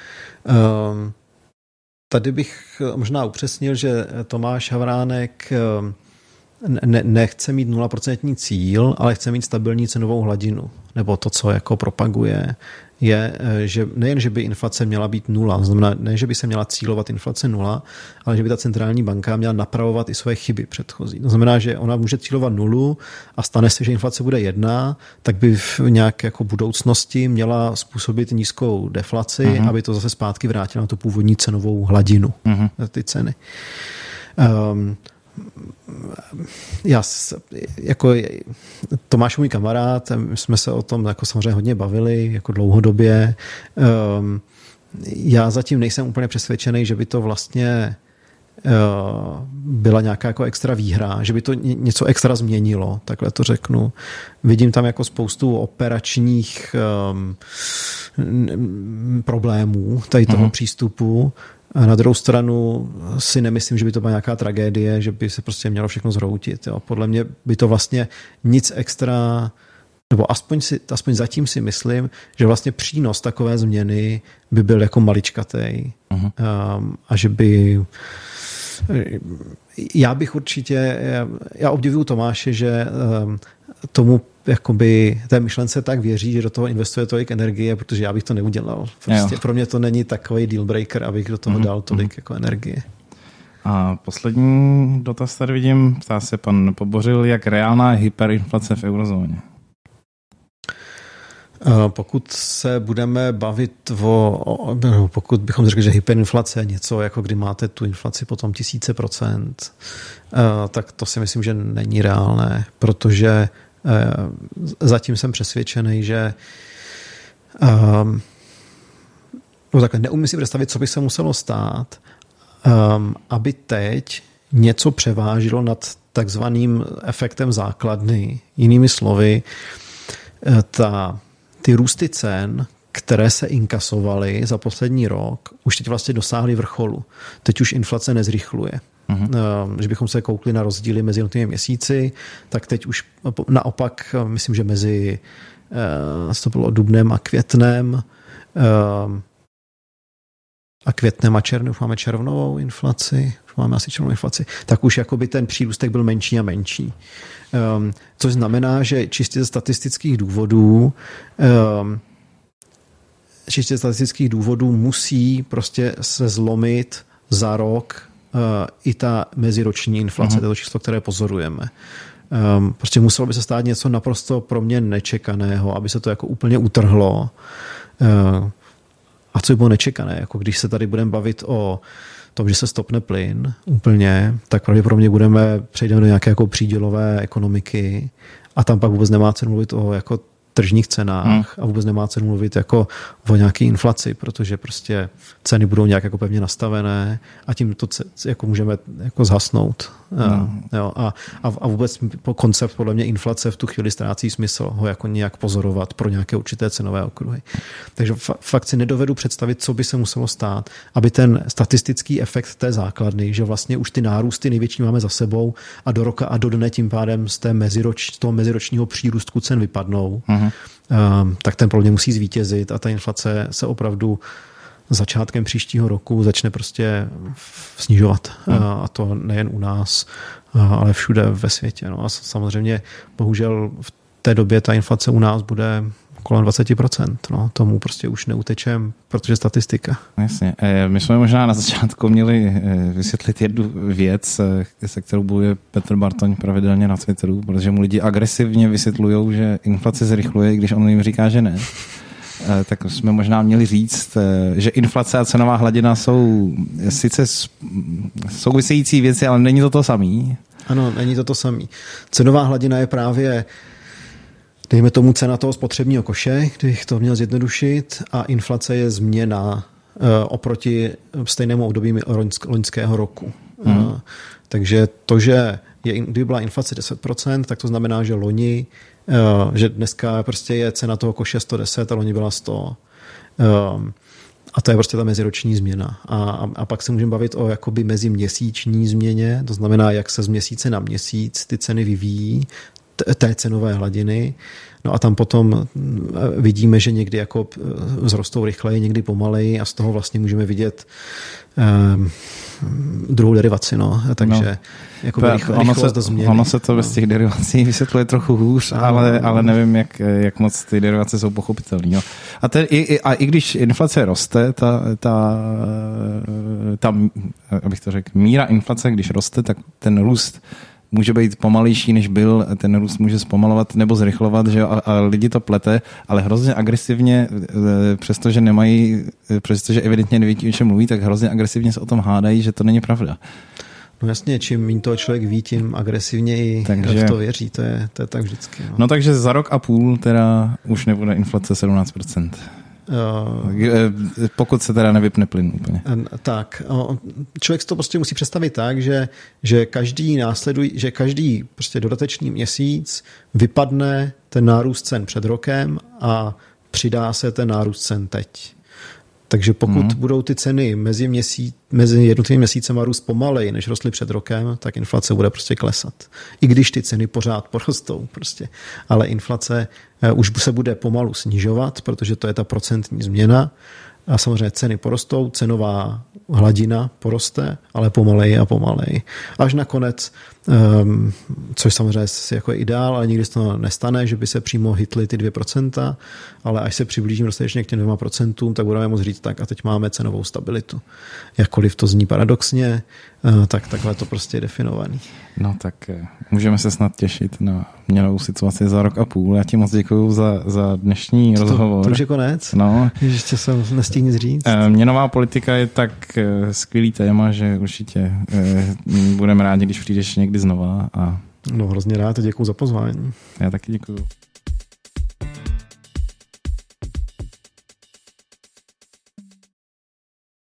Tady bych možná upřesnil, že Tomáš Havránek nechce mít 0% cíl, ale chce mít stabilní cenovou hladinu. Nebo to, co jako propaguje, je, že nejen, že by inflace měla být 0, znamená ne, že by se měla cílovat inflace 0, ale že by ta centrální banka měla napravovat i své chyby předchozí. To znamená, že ona může cílovat 0 a stane se, že inflace bude 1, tak by v nějaké jako budoucnosti měla způsobit nízkou deflaci, aby to zase zpátky vrátilo na tu původní cenovou hladinu, ty ceny. Jako Tomáš můj kamarád, my jsme se o tom jako samozřejmě hodně bavili, jako dlouhodobě. Já zatím nejsem úplně přesvědčený, že by to vlastně byla nějaká jako extra výhra, že by to něco extra změnilo, takhle to řeknu. Vidím tam jako spoustu operačních problémů tady toho přístupu. A na druhou stranu si nemyslím, že by to byla nějaká tragédie, že by se prostě mělo všechno zhroutit. Jo. Podle mě by to vlastně nic extra, nebo aspoň zatím si myslím, že vlastně přínos takové změny by byl jako maličkatej. A že by... Já obdivuju Tomáše, že tomu jakoby té myšlence tak věří, že do toho investuje tolik energie, protože já bych to neudělal. Prostě pro mě to není takový deal breaker, abych do toho dal tolik jako energie. A poslední dotaz tady vidím, ptá se pan Pobořil, jak reálná je hyperinflace v eurozóně? Pokud se budeme bavit pokud bychom řekli, že hyperinflace je něco, jako kdy máte tu inflaci potom 1000%, tak to si myslím, že není reálné, protože zatím jsem přesvědčený, že takhle neumím si představit, co by se muselo stát, aby teď něco převážilo nad takzvaným efektem základny. Jinými slovy, ty růsty cen, které se inkasovaly za poslední rok, už teď vlastně dosáhly vrcholu. Teď už inflace nezrychluje. Když bychom se koukli na rozdíly mezi jednotlivými měsíci, tak teď už naopak, myslím, že mezi to bylo dubnem a květnem a červnem, už máme červnovou inflaci, už máme asi červnovou inflaci, tak už jakoby ten přírůstek byl menší a menší. Což znamená, že čistě ze statistických důvodů musí prostě se zlomit za rok i ta meziroční inflace, to číslo, které pozorujeme. Prostě muselo by se stát něco naprosto pro mě nečekaného, aby se to jako úplně utrhlo. A co by bylo nečekané? Jako když se tady budeme bavit o tom, že se stopne plyn úplně, tak pravděpodobně přejdeme do nějaké jako přídělové ekonomiky a tam pak vůbec nemá cenu mluvit o jako tržních cenách a vůbec nemá cenu mluvit jako o nějaké inflaci, protože prostě ceny budou nějak jako pevně nastavené a tím to jako můžeme jako zhasnout. Jo, a vůbec koncept podle mě inflace v tu chvíli ztrácí smysl ho jako nějak pozorovat pro nějaké určité cenové okruhy. Takže fakt si nedovedu představit, co by se muselo stát, aby ten statistický efekt té základny, že vlastně už ty nárůsty největší máme za sebou a do roka a do dne tím pádem z toho meziročního přírůstku cen vypadnou, tak ten podle mě musí zvítězit a ta inflace se opravdu začátkem příštího roku začne prostě snižovat. A to nejen u nás, ale všude ve světě. No a samozřejmě bohužel v té době ta inflace u nás bude kolem 20%. No, tomu prostě už neutečem, protože statistika. Jasně. My jsme možná na začátku měli vysvětlit jednu věc, se kterou bojuje Petr Bartoň pravidelně na Twitteru, protože mu lidi agresivně vysvětlují, že inflace zrychluje, když on jim říká, že ne. Tak jsme možná měli říct, že inflace a cenová hladina jsou sice související věci, ale není to samý. Ano, není to samý. Cenová hladina je právě, dejme tomu, cena toho spotřebního koše, kdybych to měl zjednodušit, a inflace je změna oproti stejnému období loňského roku. Takže to, že kdyby byla inflace 10%, tak to znamená, že loni, že dneska prostě je cena toho koše 110 a loni byla 100. A to je prostě ta meziroční změna. A pak se můžeme bavit o jakoby meziměsíční změně, to znamená, jak se z měsíce na měsíc ty ceny vyvíjí, té cenové hladiny. No a tam potom vidíme, že někdy jako vzrostou rychleji, někdy pomaleji a z toho vlastně můžeme vidět druhou derivaci. No. Takže jako rychlost do změny. Ono se to bez těch derivací vysvětluje trochu hůř, ale nevím, jak moc ty derivace jsou pochopitelné. No. A i když inflace roste, abych to řekl, míra inflace, když roste, tak ten růst může být pomalejší, než byl, ten růst může zpomalovat nebo zrychlovat, že jo? A lidi to plete, ale hrozně agresivně, přestože evidentně neví, o čem mluví, tak hrozně agresivně se o tom hádají, že to není pravda. No jasně, čím méně toho člověk ví, tím agresivněji v to věří, to je tak vždycky. No takže za rok a půl teda už nebude inflace 17%. Pokud se teda nevypne plyn úplně. Tak, člověk si to prostě musí představit tak, že každý prostě dodatečný měsíc vypadne ten nárůst cen před rokem a přidá se ten nárůst cen teď. Takže pokud budou ty ceny mezi jednotlivými měsícema růst pomaleji, než rostly před rokem, tak inflace bude prostě klesat. I když ty ceny pořád porostou prostě. Ale inflace už se bude pomalu snižovat, protože to je ta procentní změna. A samozřejmě ceny porostou, cenová hladina poroste, ale pomaleji a pomaleji. Až nakonec, což samozřejmě jako je ideál, ale nikdy se to nestane, že by se přímo hitly ty 2%, ale až se přiblížím dostatečně k těm 2%, tak budeme moct říct tak a teď máme cenovou stabilitu. Jakkoliv to zní paradoxně, tak takhle to prostě je definovaný. No tak můžeme se snad těšit na měnovou situaci za rok a půl. Já ti moc děkuju za dnešní rozhovor. To už je konec? No. Ještě jsem nestihl nic říct. Měnová politika je tak skvělý téma, že určitě budeme rádi, když přijdeš někdy znova. No hrozně rád a děkuju za pozvání. Já taky děkuju.